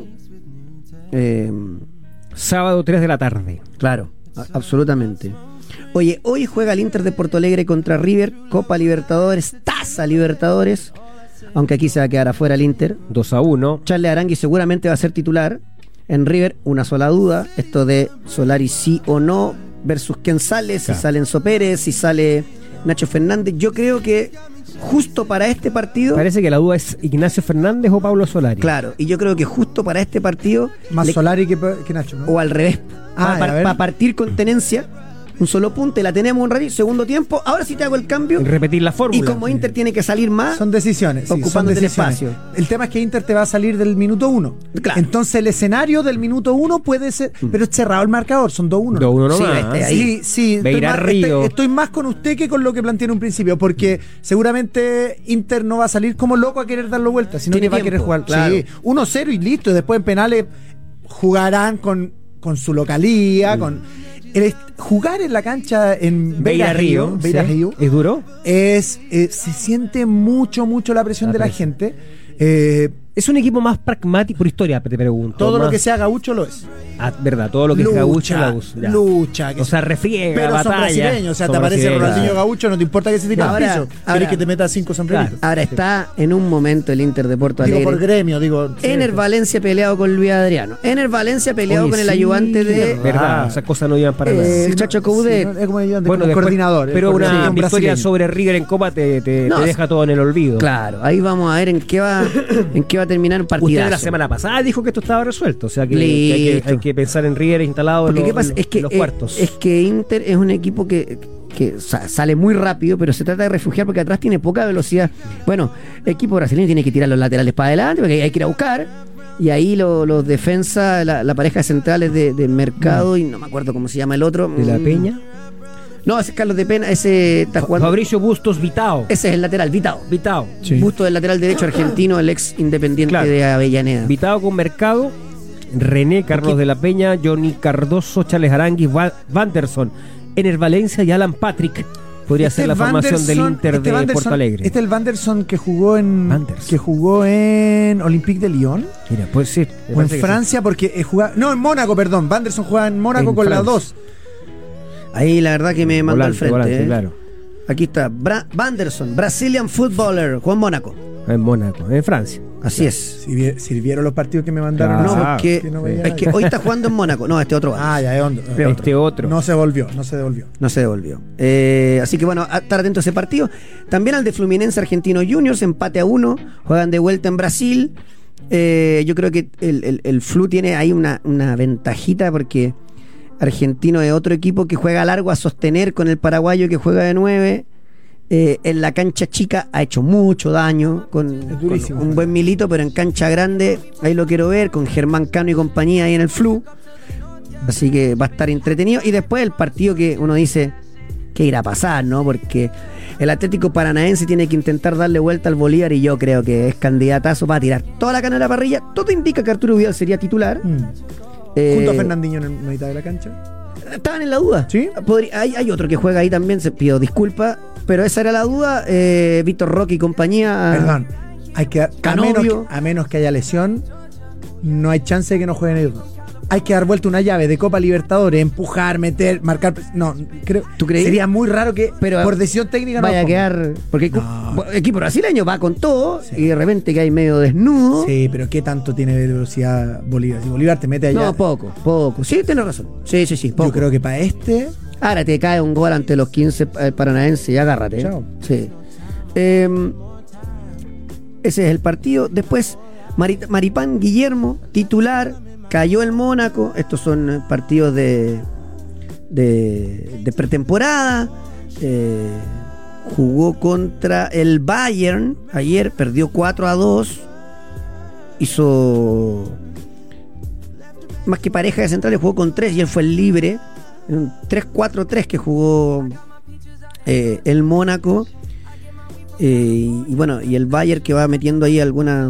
Sábado 3 de la tarde. Claro, absolutamente. Oye, hoy juega el Inter de Porto Alegre contra River, Copa Libertadores, Taza Libertadores, aunque aquí se va a quedar afuera el Inter. 2-1. Charles Arangui seguramente va a ser titular. En River, una sola duda, esto de Solari sí o no, versus quién sale, si Claro. sale Enzo Pérez, si sale Nacho Fernández. Yo creo que justo para este partido, Parece que la duda es Ignacio Fernández o Pablo Solari. claro, y yo creo que justo para este partido, Más Solari que Nacho, ¿no? o al revés, Ah, a ver. para partir con tenencia, un solo punto, y la tenemos un ratito, segundo tiempo, ahora sí te hago el cambio, Repetir la y fórmula. como Inter tiene que salir más, Son decisiones. Sí, Ocupándote son el decisiones. espacio. El tema es que Inter te va a salir del minuto 1. Claro. Entonces el escenario del minuto 1 puede ser. Pero es cerrado el marcador, son 2-1. 2-1 Sí, nomás. ahí. Sí. Beirá Río. Estoy más con usted que con lo que planteé en un principio, porque seguramente Inter no va a salir como loco a querer darlo vuelta, sino Tiene que va a querer tiempo, jugar. claro. Sí, 1-0 y listo. Y después en penales jugarán con su localía, jugar en la cancha en Beira Río, Beira sí. Río, ¿Es duro? se siente mucho la presión de la gente. Es un equipo más pragmático, por historia, te pregunto. Todo lo más- que sea gaucho lo es. Ah, verdad, todo lo que es gaucho la usa. Ya. Lucha. O sea, refriega, pero son batalla. brasileños, o sea, Son te aparece brasileños. Ronaldinho gaucho, no te importa que se tire al Ahora- piso. ahora- Querés que te metas 5 sombreritos. Ahora está en un momento el Inter de Porto Digo por Alegre. gremio, digo. Ener Valencia peleado con Luis Adriano. Ener Valencia peleado Oye, con el sí, ayudante de verdad, esas cosas no iban para nada. el Chacho Coudet. Es como ayudante, Bueno, como después- coordinador. pero el una coordinador victoria brasileño. sobre River en Copa te No, deja todo en el olvido. Claro, ahí vamos a ver en qué va a terminar un Usted partidazo. la semana pasada dijo que esto estaba resuelto, o sea que Listo. hay que pensar en River instalado en Porque los, qué pasa es que en los cuartos. es que Inter es un equipo que sale muy rápido, pero se trata de refugiar porque atrás tiene poca velocidad. Bueno, el equipo brasileño tiene que tirar los laterales para adelante porque hay que ir a buscar. Y ahí los defensas, la pareja de centrales de Mercado y no me acuerdo cómo se llama el otro. De la Peña. No, ese es Carlos de Pena, ese está jugando. Fabricio Bustos Vitao. Ese es el lateral, Vitao. Vitao. Sí. Busto del lateral derecho argentino, el ex Independiente Claro. de Avellaneda. Vitao con Mercado, René, Carlos de la Peña, Johnny Cardoso, Charles Aranguis, Wanderson, Ener Valencia y Alan Patrick. Podría ser la formación del Inter de Porto Alegre. Este es el Wanderson que jugó en Olympique de Lyon Mira, pues sí. me o en parece que Francia porque jugaba, no, en Mónaco, perdón. Wanderson jugaba en Mónaco En con las Francia. dos. Ahí la verdad que me sí. mandó al frente. Volante, ¿eh? claro. Aquí está, Wanderson, Brazilian footballer, Juan Mónaco. En Mónaco, en Francia. Así es. Sirvieron los partidos que me mandaron. Claro. No, Ah, porque que no veía es que hoy está jugando en Mónaco. No, este otro. Ah, ya, es hondo. Este otro. No se devolvió. No se devolvió. Así que bueno, a estar atento a ese partido. También al de Fluminense Argentino Juniors, empate a 1. Juegan de vuelta en Brasil. Yo creo que el Flu tiene ahí una ventajita porque Argentino es otro equipo que juega largo a sostener con el paraguayo que juega de 9. En la cancha chica ha hecho mucho daño con durísimo. un buen Milito, pero en cancha grande ahí lo quiero ver con Germán Cano y compañía ahí en el Flu. Así que va a estar entretenido. Y después el partido que uno dice ¿qué irá a pasar, no? Porque el Atlético Paranaense tiene que intentar darle vuelta al Bolívar y yo creo que es candidatazo para tirar toda la cana de la parrilla. Todo indica que Arturo Vidal sería titular. Junto a Fernandinho en la mitad de la cancha. Estaban en la duda. ¿Sí? Hay otro que juega ahí también, se pido disculpas, pero esa era la duda. Víctor Roque y compañía. Perdón. Hay que, Canovio. a menos que haya lesión, no hay chance de que no jueguen ellos dos. Hay que dar vuelta una llave de Copa Libertadores, empujar, meter, marcar. No, creo. ¿Tú crees? Sería muy raro que Pero por decisión técnica vaya a no. quedar. Porque No. el equipo brasileño va con todo y de repente que hay medio desnudo. Sí, pero ¿qué tanto tiene de velocidad Bolívar? Si Bolívar te mete allá. No, poco. Sí, tienes razón. Sí, poco. Yo creo que para este. Ahora te cae un gol ante los 15 paranaenses y agárrate. Chao. Sí. Ese es el partido. Después, Maripán Guillermo, titular, cayó el Mónaco. Estos son partidos de pretemporada. Jugó contra el Bayern ayer, perdió 4-2. Hizo más que pareja de centrales, jugó con 3 y él fue el libre. Un 3-4-3 que jugó el Mónaco. Y bueno, y el Bayern que va metiendo ahí algunas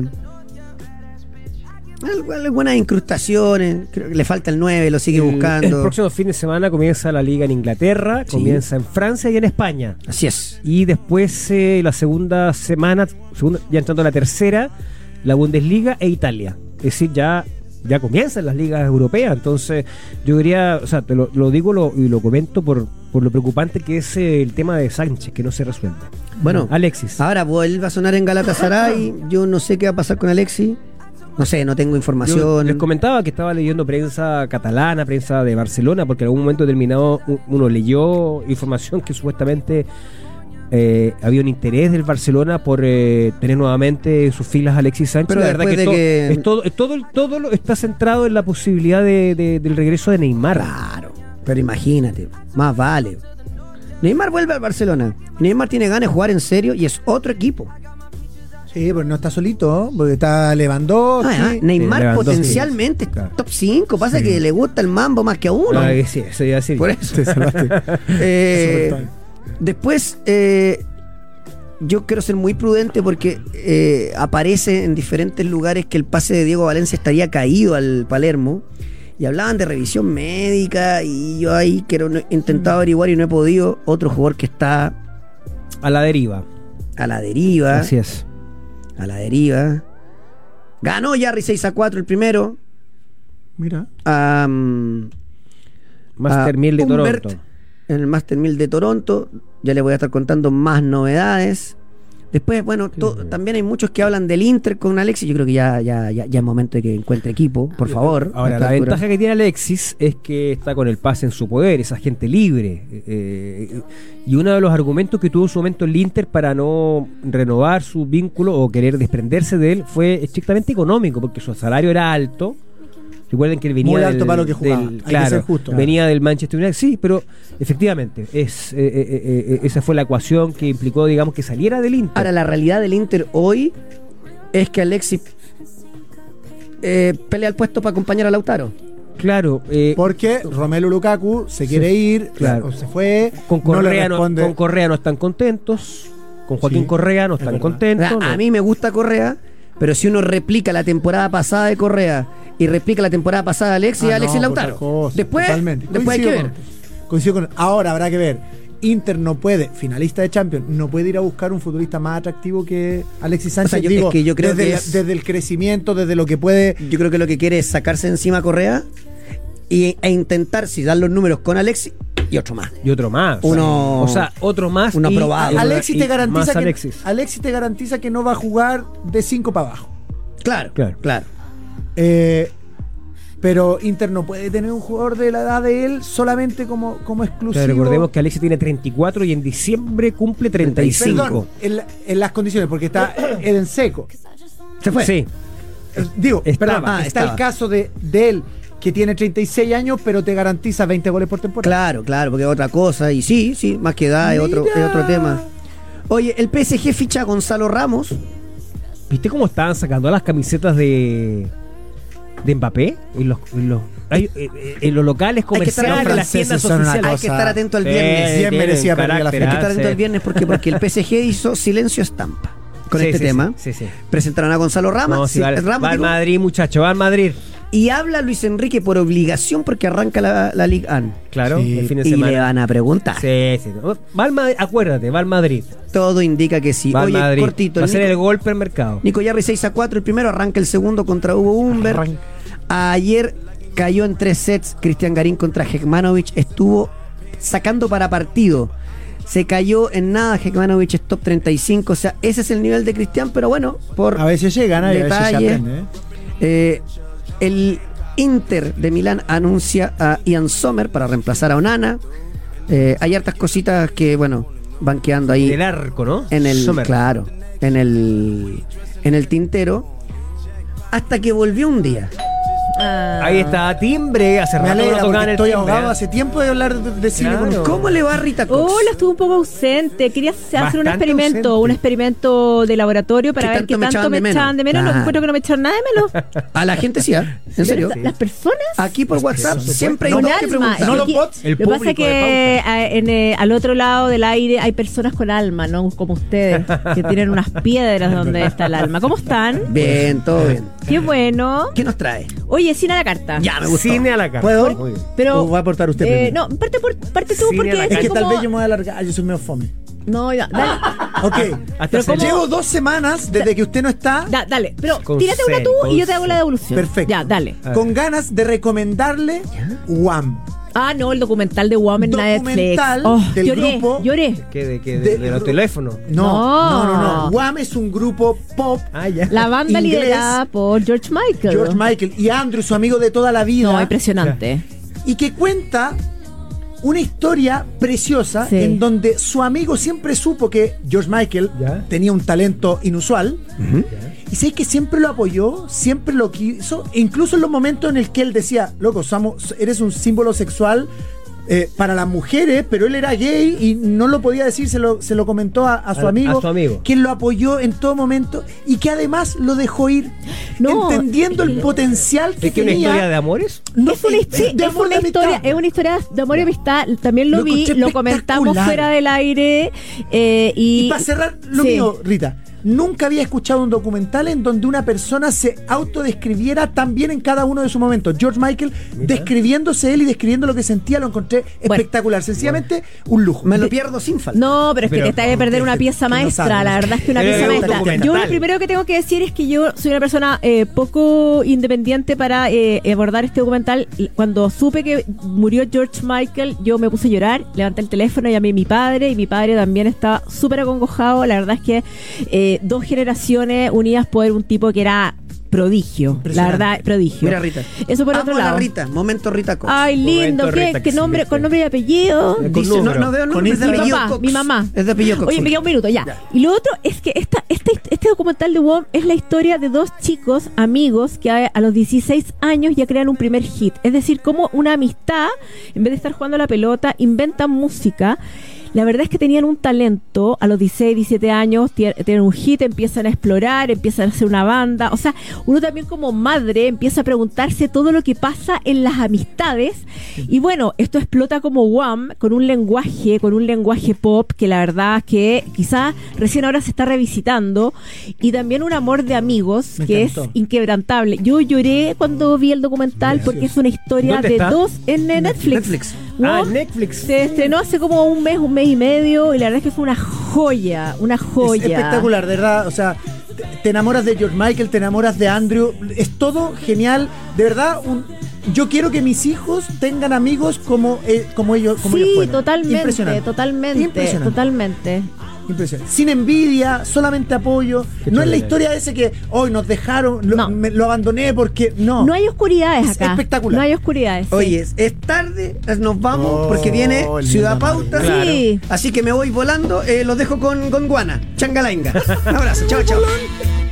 incrustaciones. Creo que le falta el 9, lo sigue buscando. El próximo fin de semana comienza la liga en Inglaterra, Sí. comienza en Francia y en España. Así es. Y después la segunda semana, ya entrando a la tercera, la Bundesliga e Italia. Es decir, ya comienzan las ligas europeas. Entonces, yo diría, o sea, te lo digo y lo comento por lo preocupante que es el tema de Sánchez, que no se resuelve. Bueno, Alexis. ahora vuelve a sonar en Galatasaray. Yo no sé qué va a pasar con Alexis. No sé, no tengo Yo información. les comentaba que estaba leyendo prensa catalana, prensa de Barcelona, porque en algún momento determinado uno leyó información que supuestamente había un interés del Barcelona por tener nuevamente en sus filas a Alexis Sánchez. Pero la verdad después de todo está centrado en la posibilidad del regreso de Neymar. Claro, pero imagínate, más vale. Neymar vuelve al Barcelona. Neymar tiene ganas de jugar en serio y es otro equipo. Sí, pero no está solito, porque está Lewandowski. Neymar Lewandowski. potencialmente es Claro. top 5. Pasa Sí. que le gusta el mambo más que a uno. Ah, sí, eso iba a decir. Por eso. Te salvaste. Después, yo quiero ser muy prudente porque aparece en diferentes lugares que el pase de Diego Valencia estaría caído al Palermo y hablaban de revisión médica y yo ahí intentado averiguar y no he podido. Otro jugador que está A la deriva. a la deriva. Así es. A la deriva. Ganó Jarry 6-4 el primero. Mira. Master 1000 de Humbert Toronto. en el Master 1000 de Toronto. Ya les voy a estar contando más novedades. Después, bueno, también hay muchos que hablan del Inter con Alexis. Yo creo que ya es momento de que encuentre equipo, por favor. Ahora, a la esta altura. ventaja que tiene Alexis es que está con el pase en su poder, es agente libre. Y uno de los argumentos que tuvo en su momento el Inter para no renovar su vínculo o querer desprenderse de él fue estrictamente económico, porque su salario era alto. Recuerden que él venía Muy alto para lo que jugaba, hay que claro, ser justo. venía del Manchester United, sí, pero efectivamente esa fue la ecuación que implicó, digamos, que saliera del Inter. Ahora, la realidad del Inter hoy es que Alexis pelea el puesto para acompañar a Lautaro. Claro, Porque Romelu Lukaku se quiere ir, claro. o se fue, con no le Correa responde. con Correa no están contentos, con Joaquín Sí, Correa no es están verdad. contentos. O sea, no. a mí me gusta Correa, pero si uno replica la temporada pasada de Correa y replica la temporada pasada de Alexis, Alexis no, Lautaro. otra cosa, Después hay Coincido que ver. Coincido con. Ahora habrá que ver. Inter no puede, finalista de Champions, no puede ir a buscar un futbolista más atractivo que Alexis Sánchez. O sea, Digo, es que yo creo desde, que es- desde el crecimiento, desde lo que puede. Yo creo que lo que quiere es sacarse encima a Correa e intentar, si dan los números con Alexis y otro más. Y otro más. Uno- O sea, otro más. uno y- aprobado. y- Alexis y te garantiza más que Alexis. te garantiza que no va a jugar de 5 para abajo. Claro, Claro. claro. Pero Inter no puede tener un jugador de la edad de él solamente como exclusivo. Claro, recordemos que Alexis tiene 34 y en diciembre cumple 35. Perdón, en las condiciones, porque está Eden Seco. Se fue. Sí. Digo, Estaba. perdón, está Estaba. el caso de él, que tiene 36 años, pero te garantiza 20 goles por temporada. Claro, claro, porque es otra cosa. Y sí, más que edad es otro tema. Oye, el PSG ficha a Gonzalo Ramos. ¿Viste cómo estaban sacando las camisetas de Mbappé? En los locales Hay que estar comerciales, en las franceses tiendas son una oficiales. Hay que estar atento al viernes. Bien tienen merecida perder la Hay que fecha. estar atento al viernes porque el PSG hizo silencio estampa con Sí, este sí, tema. sí, sí. Presentaron a Gonzalo Ramos, No, sí, va Ramos, al digo, Madrid, muchacho, va al Madrid. y habla Luis Enrique por obligación porque arranca la Ligue 1. Claro, Sí. el fin de Y semana. le van a preguntar. Sí. Va al Madrid, acuérdate, va al Madrid. Todo indica que sí. Va al Oye, Madrid. cortito. Va a ser Nico- el golpe al mercado. Nico Yarri 6-4 el primero, arranca el segundo contra Hugo Humbert. Arranca. Ayer cayó en 3 sets Cristian Garín contra Hekmanovic, estuvo sacando para partido. Se cayó en nada, Hekmanovic es top 35, o sea, ese es el nivel de Cristian, pero bueno, por A veces llegan, a veces se detalle. aprende. El Inter de Milán anuncia a Ian Sommer para reemplazar a Onana. Hay hartas cositas que, bueno, van quedando ahí El arco, ¿no? en el Sommer. claro, en el tintero, hasta que volvió un día. Ahí está, timbre. Hace Me rato alegra no tocaban porque el estoy timbre. ahogado hace tiempo de hablar de cine con Claro. usted. ¿Cómo le va a Rita Cox? Hola, estuve un poco ausente. Quería hacer Bastante ausente. un experimento de laboratorio para ¿Qué ver qué tanto me tanto echaban me de menos? echaban de menos. No Claro. encuentro que no me echaron nada de menos. A la gente sí, ¿ah? ¿En serio? Las personas Aquí por WhatsApp siempre hay con dos que alma. preguntan. No Es los que bots. El Lo que pasa es público de que al otro lado del aire hay personas con alma, no como ustedes, que tienen unas piedras donde está el alma. ¿Cómo están? Bien, todo bien. Qué bueno. ¿Qué nos trae? Oye, cine a la carta. Ya, me gustó. Cine a la cara. ¿Puedo? Muy bien. Pero, ¿O va a aportar usted primero? no, parte tú Cine a porque la es Es que como... tal vez yo me voy a alargar. Yo soy medio fome. No, ya, dale. Ok. Hasta Pero se- ¿cómo? Llevo 2 semanas desde que usted no está Dale, pero Con tírate una C, tú con y yo te hago C. la devolución. Perfecto. Ya, dale. A ver. con ganas de recomendarle Wham. Ah, no, el documental de Woman en Netflix. Documental Oh, del lloré, grupo- lloré. De los teléfonos. No. Wham es un grupo pop. Ah, ya. La banda Inglés. liderada por George Michael. George Michael y Andrew, su amigo de toda la vida. No, impresionante. Y que cuenta una historia preciosa Sí. en donde su amigo siempre supo que George Michael Ya. tenía un talento inusual. Y sé que siempre lo apoyó, siempre lo quiso, e incluso en los momentos en el que él decía, loco, eres un símbolo sexual para las mujeres, pero él era gay y no lo podía decir, se lo comentó a su amigo, a su amigo. quien lo apoyó en todo momento y que además lo dejó ir, No, entendiendo el potencial que ¿Es que una tenía. historia de amores? No, es una, de amor, de amistad. es una historia de amor y amistad. También lo Lo vi, encontré lo comentamos espectacular. fuera del aire. Y para cerrar lo sí. mío, Rita, nunca había escuchado un documental en donde una persona se autodescribiera tan bien en cada uno de sus momentos. George Michael describiéndose él y describiendo lo que sentía, lo encontré espectacular. Sencillamente un lujo. Me lo pierdo sin falta. No, pero es que te está de perder una pieza maestra. La verdad es que una pieza maestra. Yo lo primero que tengo que decir es que yo soy una persona poco independiente para abordar este documental. Cuando supe que murió George Michael, yo me puse a llorar, levanté el teléfono, llamé a mi padre, y mi padre también estaba súper acongojado. La verdad es que dos generaciones unidas por un tipo que era prodigio, la verdad, prodigio. Mira, Rita. Eso por otro lado. Rita, momento Rita Cox. Ay, lindo, ¿qué nombre, con nombre y apellido? Dice, no veo nombre, es de apellido Cox. Mi mamá. Es de apellido Cox. Oye, me queda un minuto, ya. Y lo otro es que este documental de WOM es la historia de dos chicos, amigos, que a los 16 años ya crean un primer hit. Es decir, como una amistad, en vez de estar jugando a la pelota, inventan música. La verdad es que tenían un talento, a los 16, 17 años, tienen un hit, empiezan a explorar, empiezan a hacer una banda. O sea, uno también como madre empieza a preguntarse todo lo que pasa en las amistades. Y bueno, esto explota como Wham, con un lenguaje pop, que la verdad es que quizás recién ahora se está revisitando. Y también un amor de amigos, que es inquebrantable. Yo lloré cuando vi el documental porque es una historia de dos en Netflix. Netflix. Se estrenó hace como un mes y medio, y la verdad es que fue una joya. Es espectacular, de verdad. O sea, te enamoras de George Michael, te enamoras de Andrew. Es todo genial. De verdad, yo quiero que mis hijos tengan amigos como ellos fueron. Totalmente. Impresionante. Sin envidia, solamente apoyo. No es la historia de ese que hoy nos dejaron, lo abandoné porque no. No hay oscuridades acá. Es espectacular. No hay oscuridades. Oye, es tarde, nos vamos porque viene Ciudad Pauta. Claro. Sí. Así que me voy volando. Los dejo con Guana, Changalainga. Un abrazo, chao.